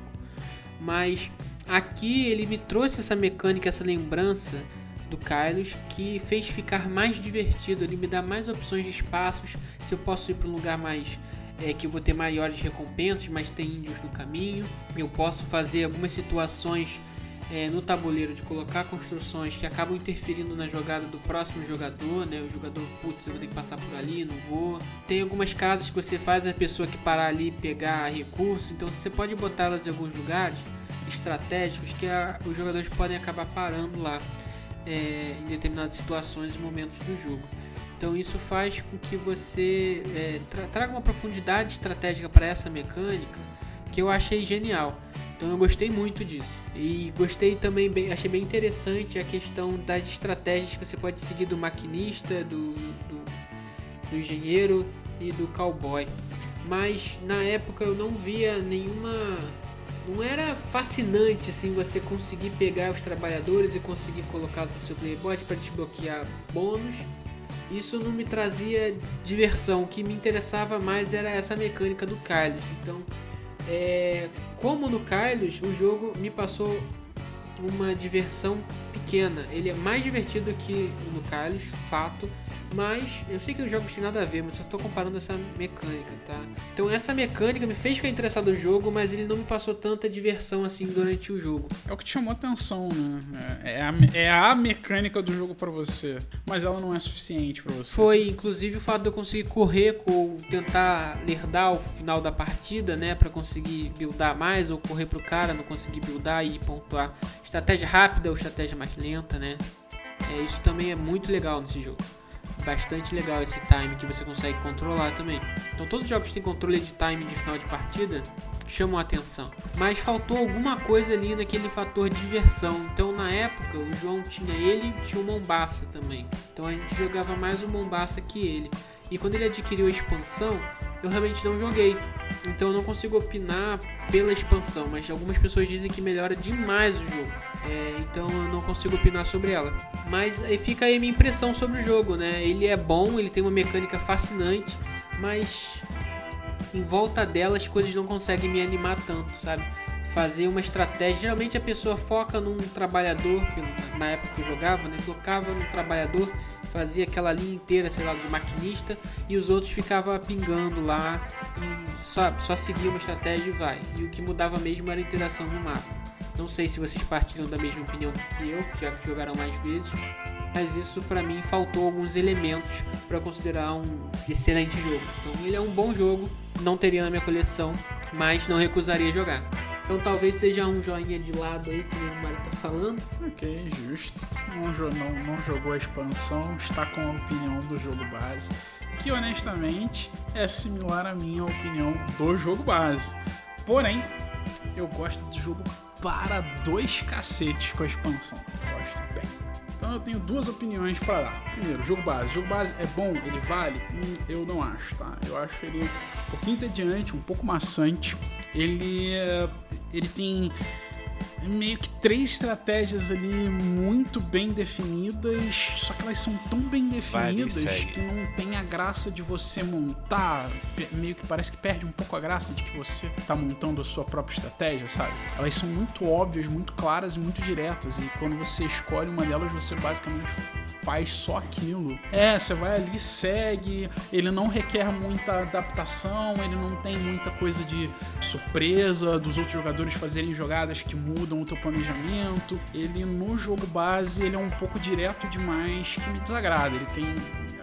Mas aqui ele me trouxe essa mecânica, essa lembrança do Kailus, que fez ficar mais divertido. Ele me dá mais opções de espaços, se eu posso ir para um lugar mais... É, que eu vou ter maiores recompensas, mas tem índios no caminho. Eu posso fazer algumas situações é, no tabuleiro de colocar construções que acabam interferindo na jogada do próximo jogador, né? O jogador, putz, eu vou ter que passar por ali, não vou. Tem algumas casas que você faz a pessoa que parar ali pegar recursos, então você pode botá-las em alguns lugares estratégicos que a, os jogadores podem acabar parando lá é, em determinadas situações e momentos do jogo. Então isso faz com que você é, tra- traga uma profundidade estratégica para essa mecânica que eu achei genial. Então eu gostei muito disso. E gostei também, bem, achei bem interessante a questão das estratégias que você pode seguir do maquinista, do, do, do engenheiro e do cowboy. Mas na época eu não via nenhuma... Não era fascinante assim você conseguir pegar os trabalhadores e conseguir colocá-los no seu playboard para desbloquear bônus. Isso não me trazia diversão. O que me interessava mais era essa mecânica do Kailus. Então, é, como no Kailus, o jogo me passou uma diversão pequena. Ele é mais divertido que no Kailus, fato. Mas eu sei que os jogos têm nada a ver, mas só estou comparando essa mecânica, tá? Então essa mecânica me fez ficar interessado no jogo, mas ele não me passou tanta diversão assim durante o jogo. É o que te chamou a atenção, né? É a, é a mecânica do jogo pra você, mas ela não é suficiente pra você. Foi, inclusive, o fato de eu conseguir correr, ou tentar lerdar o final da partida, né? Pra conseguir buildar mais, ou correr pro cara, não conseguir buildar e pontuar. Estratégia rápida ou estratégia mais lenta, né? É, isso também é muito legal nesse jogo. Bastante legal esse time que você consegue controlar também. Então todos os jogos que têm controle de time de final de partida chamam a atenção. Mas faltou alguma coisa ali naquele fator diversão. Então na época o João tinha ele e tinha o Mombasa também. Então a gente jogava mais o Mombasa que ele. E quando ele adquiriu a expansão, eu realmente não joguei. Então eu não consigo opinar pela expansão, mas algumas pessoas dizem que melhora demais o jogo. É, então eu não consigo opinar sobre ela. Mas aí fica aí a minha impressão sobre o jogo, né? Ele é bom, ele tem uma mecânica fascinante, mas em volta dela as coisas não conseguem me animar tanto, sabe? Fazer uma estratégia. Geralmente a pessoa foca num trabalhador, que na época que eu jogava, né? Focava no trabalhador, fazia aquela linha inteira, sei lá, de maquinista, e os outros ficavam pingando lá e só, só seguia uma estratégia e vai. E o que mudava mesmo era a interação no mapa. Não sei se vocês partilham da mesma opinião que eu, já que jogaram mais vezes, mas isso pra mim faltou alguns elementos para considerar um excelente jogo. Então ele é um bom jogo, não teria na minha coleção, mas não recusaria jogar. Então talvez seja um joinha de lado aí que o Mário tá falando. Ok, justo. Não, não, não jogou a expansão, está com a opinião do jogo base, que honestamente é similar à minha opinião do jogo base. Porém, eu gosto do jogo para dois cacetes com a expansão. Gosto bem. Então eu tenho duas opiniões para dar. Primeiro, jogo base. O jogo base é bom? Ele vale? Hum, eu não acho, tá? Eu acho ele um pouquinho entediante, um pouco maçante. Ele, ele tem meio que três estratégias ali muito bem definidas, só que elas são tão bem definidas que não tem a graça de você montar, meio que parece que perde um pouco a graça de que você tá montando a sua própria estratégia, sabe? Elas são muito óbvias, muito claras e muito diretas, e quando você escolhe uma delas, você basicamente faz só aquilo. É, você vai ali, segue, ele não requer muita adaptação, ele não tem muita coisa de surpresa dos outros jogadores fazerem jogadas que mudam o teu planejamento. Ele, no jogo base, ele é um pouco direto demais, que me desagrada. Ele tem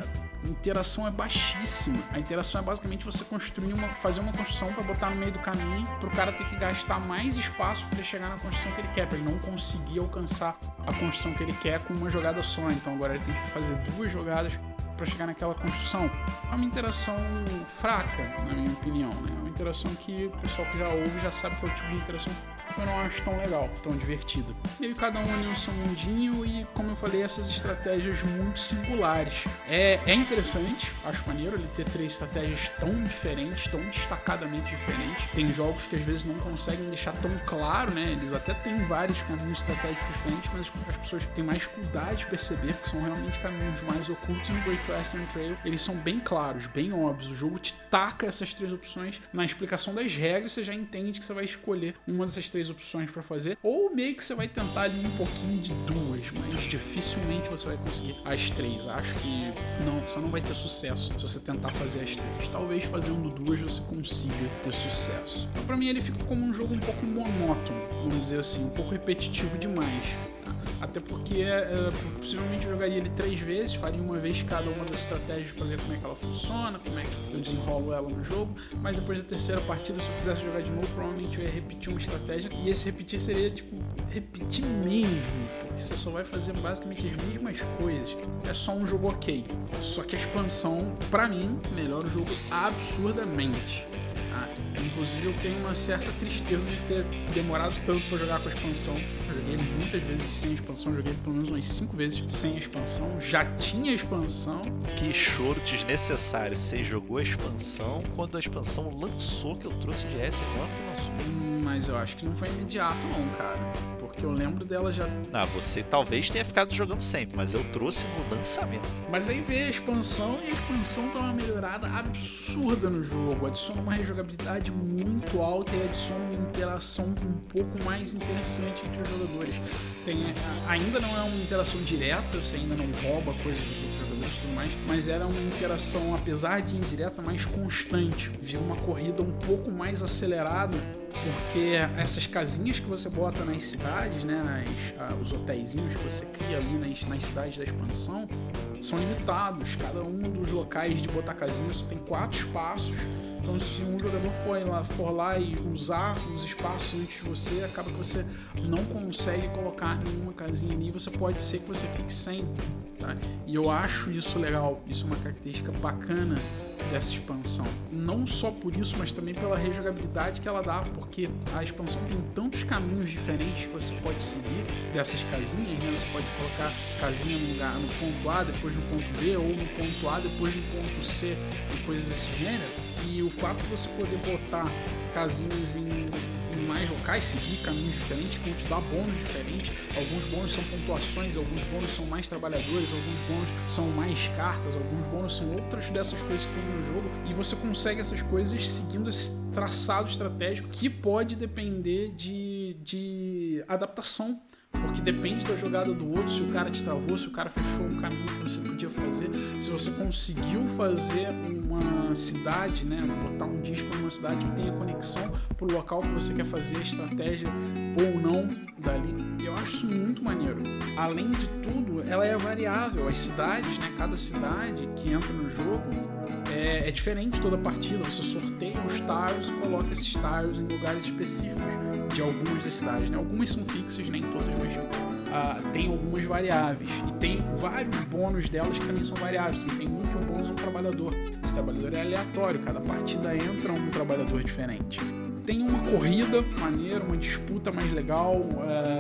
a interação é baixíssima. A interação é basicamente você construir uma, fazer uma construção para botar no meio do caminho, pro cara ter que gastar mais espaço para chegar na construção que ele quer, para ele não conseguir alcançar a construção que ele quer com uma jogada só. Então agora ele tem que fazer duas jogadas para chegar naquela construção. É uma interação fraca, na minha opinião, né? É uma interação que o pessoal que já ouve já sabe que é o tipo de interação que eu não acho tão legal, tão divertida. E aí cada um ali no seu mundinho e, como eu falei, essas estratégias muito singulares. É, é interessante, acho maneiro ele ter três estratégias tão diferentes, tão destacadamente diferentes. Tem jogos que às vezes não conseguem deixar tão claro, né? Eles até têm vários caminhos estratégicos diferentes, mas as pessoas têm mais dificuldade de perceber, porque são realmente caminhos mais ocultos. No Great Western Trail, eles são bem claros, bem óbvios. O jogo te taca essas três opções. Na explicação das regras, você já entende que você vai escolher uma dessas três opções para fazer, ou meio que você vai tentar ali um pouquinho de duas, mas dificilmente você vai conseguir as três. Acho que não, você não vai ter sucesso se você tentar fazer as três. Talvez fazendo duas você consiga ter sucesso. Então, para mim, ele fica como um jogo um pouco monótono, vamos dizer assim, um pouco repetitivo demais. Até porque é, possivelmente eu jogaria ele três vezes, faria uma vez cada uma das estratégias para ver como é que ela funciona, como é que eu desenrolo ela no jogo, mas depois da terceira partida, se eu quisesse jogar de novo, provavelmente eu ia repetir uma estratégia, e esse repetir seria tipo repetir mesmo, porque você só vai fazer basicamente as mesmas coisas. É só um jogo ok, só que a expansão, pra mim, melhora o jogo absurdamente. Ah, inclusive eu tenho uma certa tristeza de ter demorado tanto para jogar com a expansão. Eu joguei ele muitas vezes sem a expansão, joguei ele pelo menos umas cinco vezes sem a expansão, já tinha a expansão. Que choro desnecessário, você jogou a expansão quando a expansão lançou, que eu trouxe de S no ano que lançou. Hum, mas eu acho que não foi imediato não, cara, porque eu lembro dela já... Ah, você talvez tenha ficado jogando sempre, mas eu trouxe no lançamento. Mas aí veio a expansão e a expansão dá uma melhorada absurda no jogo, adiciona uma rejogabilidade muito alta e adiciona uma interação um pouco mais interessante entre os jogadores. Tem, ainda não é uma interação direta, você ainda não rouba coisas dos outros jogadores e tudo mais, mas era uma interação, apesar de indireta, mais constante. Vira uma corrida um pouco mais acelerada, porque essas casinhas que você bota nas cidades, né, nas, os hotéisinhos que você cria ali nas, nas cidades da expansão, são limitados. Cada um dos locais de botar casinha só tem quatro espaços. Então, se um jogador for lá, for lá e usar os espaços antes de você, acaba que você não consegue colocar nenhuma casinha ali, você pode ser que você fique sem, tá? E eu acho isso legal, isso é uma característica bacana dessa expansão. Não só por isso, mas também pela rejogabilidade que ela dá, porque a expansão tem tantos caminhos diferentes que você pode seguir dessas casinhas, né? Você pode colocar casinha no lugar, no ponto A, depois no ponto B, ou no ponto A, depois no ponto C, e coisas desse gênero. E o fato de você poder botar casinhas em, em mais locais, seguir caminhos diferentes, vão te dar bônus diferentes. Alguns bônus são pontuações, alguns bônus são mais trabalhadores, alguns bônus são mais cartas, alguns bônus são outras dessas coisas que tem no jogo. E você consegue essas coisas seguindo esse traçado estratégico que pode depender de, de adaptação. Porque depende da jogada do outro, se o cara te travou, se o cara fechou um caminho que você podia fazer, se você conseguiu fazer uma cidade, né, botar um disco numa cidade que tenha conexão pro local que você quer fazer a estratégia ou não dali. E eu acho isso muito maneiro. Além de tudo, ela é variável. As cidades, né, cada cidade que entra no jogo é, é diferente toda a partida. Você sorteia os tiles e coloca esses tiles em lugares específicos de algumas das cidades, né? Algumas são fixas, nem todas, mas uh, tem algumas variáveis. E tem vários bônus delas que também são variáveis. E tem um que o bônus é um trabalhador. Esse trabalhador é aleatório, cada partida entra um trabalhador diferente. Tem uma corrida maneira, uma disputa mais legal, uh,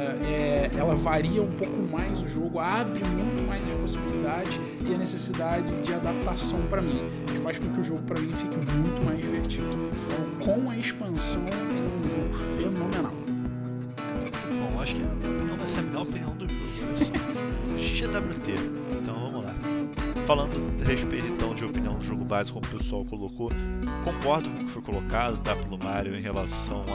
é, ela varia um pouco mais o jogo, abre muito mais as possibilidades e a necessidade de adaptação para mim, que faz com que o jogo para mim fique muito mais divertido. Então, com a expansão, ele é um jogo fenomenal. Bom, acho que não vai ser a melhor opinião do jogo. G W T, então vamos lá. Falando a respeito então de opinião do jogo base, como o pessoal colocou, concordo com o que foi colocado, tá, pelo Mário em relação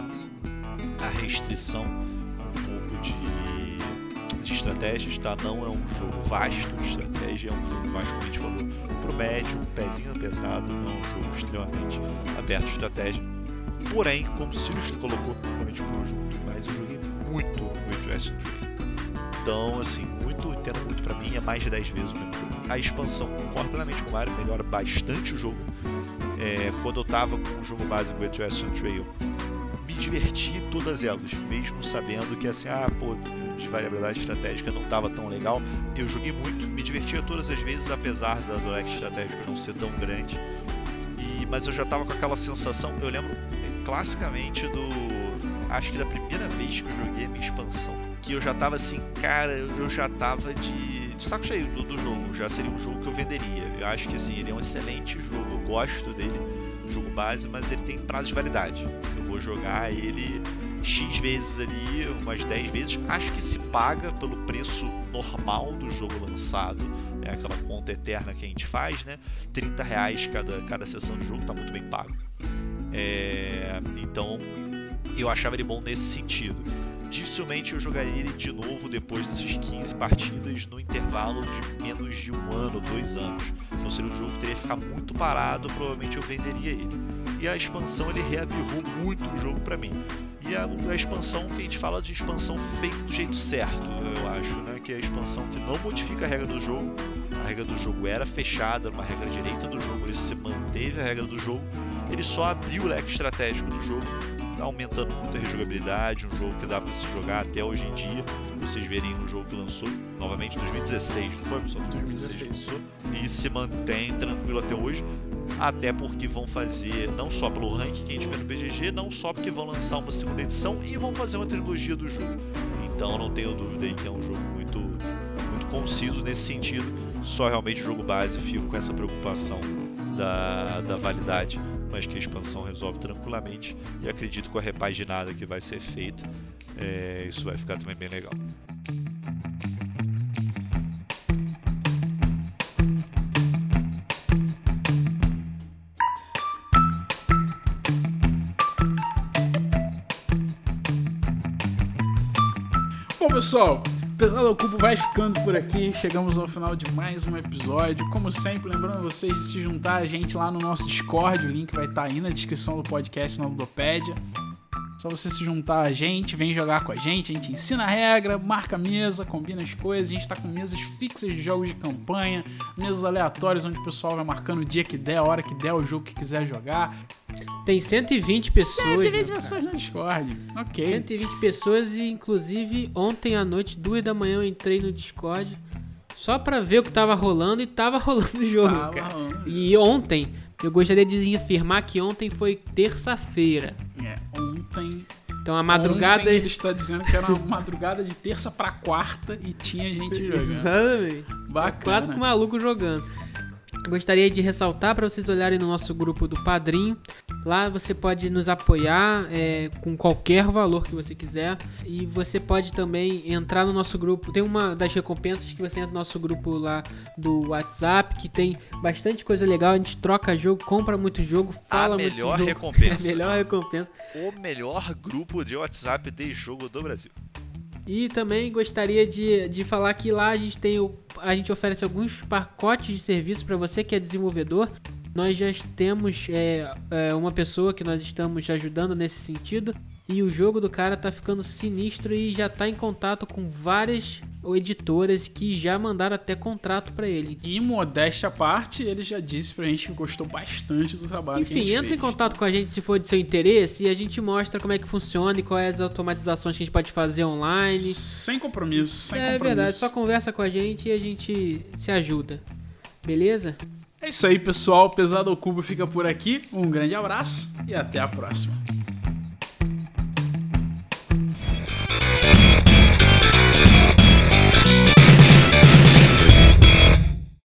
à restrição um pouco de, de estratégias, tá? Não é um jogo vasto de estratégia, é um jogo mais, como a gente falou, pro médio, um pezinho pesado, não é um jogo extremamente aberto de estratégia. Porém, como o Sirius colocou, principalmente por junto, mas eu joguei muito Great Western Trail. Então, assim, muito, entendo muito pra mim, é mais de dez vezes o mesmo jogo. a expansão, concordo plenamente com o Mário, melhora bastante o jogo. É, quando eu tava com o jogo base Great Western Trail, me diverti em todas elas, mesmo sabendo que assim, ah, pô, de variabilidade estratégica não tava tão legal. Eu joguei muito, me divertia todas as vezes, apesar da, do leque estratégico não ser tão grande. E, mas eu já tava com aquela sensação, eu lembro classicamente do, acho que da primeira vez que eu joguei a minha expansão, que eu já tava assim, cara, eu já tava de, de saco cheio do, do jogo, já seria um jogo que eu venderia. Eu acho que assim, ele é um excelente jogo, eu gosto dele, jogo base, mas ele tem prazo de validade. Eu vou jogar ele X vezes ali, umas dez vezes, acho que se paga pelo preço normal do jogo lançado, é aquela conta eterna que a gente faz, né? trinta reais cada, cada sessão de jogo, tá muito bem pago. É, então, eu achava ele bom nesse sentido. Dificilmente eu jogaria ele de novo depois dessas quinze partidas no intervalo de menos de um ano, dois anos. Então seria um jogo que teria que ficar muito parado, provavelmente eu venderia ele. E a expansão, ele reavivou muito o jogo pra mim. E a, a expansão, que a gente fala de expansão feita do jeito certo, eu acho, né? Que é a expansão que não modifica a regra do jogo. A regra do jogo era fechada, uma regra direita do jogo, ele se manteve a regra do jogo. Ele só abriu o leque estratégico do jogo, aumentando muito a rejogabilidade, um jogo que dá para se jogar até hoje em dia. Vocês verem no jogo que lançou, novamente em dois mil e dezesseis, não foi, pessoal? dois mil e dezesseis lançou, e se mantém tranquilo até hoje, até porque vão fazer, não só pelo ranking que a gente vê no B G G, não só porque vão lançar uma segunda edição e vão fazer uma trilogia do jogo. Então não tenho dúvida aí que é um jogo muito, muito conciso nesse sentido, só realmente o jogo base fico com essa preocupação da, da validade, mas que a expansão resolve tranquilamente, e acredito que com a repaginada que vai ser feita, é, isso vai ficar também bem legal. Bom, pessoal, Pesado ao Cubo vai ficando por aqui, chegamos ao final de mais um episódio. Como sempre, lembrando vocês de se juntar a gente lá no nosso Discord, o link vai estar aí na descrição do podcast na Ludopédia. Só você se juntar a gente, vem jogar com a gente, a gente ensina a regra, marca a mesa, combina as coisas, a gente tá com mesas fixas de jogos de campanha, mesas aleatórias onde o pessoal vai marcando o dia que der, a hora que der, o jogo que quiser jogar. Tem cento e vinte pessoas, cento e vinte né, pessoas no Discord, ok. cento e vinte pessoas e, inclusive, ontem à noite, duas da manhã, eu entrei no Discord só pra ver o que tava rolando e tava rolando o jogo, Tava cara. rolando. E ontem, eu gostaria de afirmar que ontem foi terça-feira. É, ontem... Então a madrugada... Ontem ele está dizendo que era uma madrugada de terça pra quarta e tinha gente jogando. Exatamente. Bacana. Quatro malucos jogando. Gostaria de ressaltar para vocês olharem no nosso grupo do Padrinho. Lá você pode nos apoiar é, com qualquer valor que você quiser. E você pode também entrar no nosso grupo. Tem uma das recompensas que você entra no nosso grupo lá do WhatsApp, que tem bastante coisa legal. A gente troca jogo, compra muito jogo, fala a muito melhor jogo. recompensa. A melhor recompensa. O melhor grupo de WhatsApp de jogo do Brasil. E também gostaria de, de falar que lá a gente tem o, a gente oferece alguns pacotes de serviço para você que é desenvolvedor. Nós já temos é, é, uma pessoa que nós estamos ajudando nesse sentido. E o jogo do cara tá ficando sinistro e já tá em contato com várias editoras que já mandaram até contrato pra ele. E modéstia à parte, ele já disse pra gente que gostou bastante do trabalho Enfim, que a gente entra fez. em contato com a gente se for de seu interesse e a gente mostra como é que funciona e quais as automatizações que a gente pode fazer online. Sem compromisso, sem é compromisso. verdade, só conversa com a gente e a gente se ajuda. Beleza? É isso aí, pessoal. Pesado ao Cubo fica por aqui. Um grande abraço e até a próxima.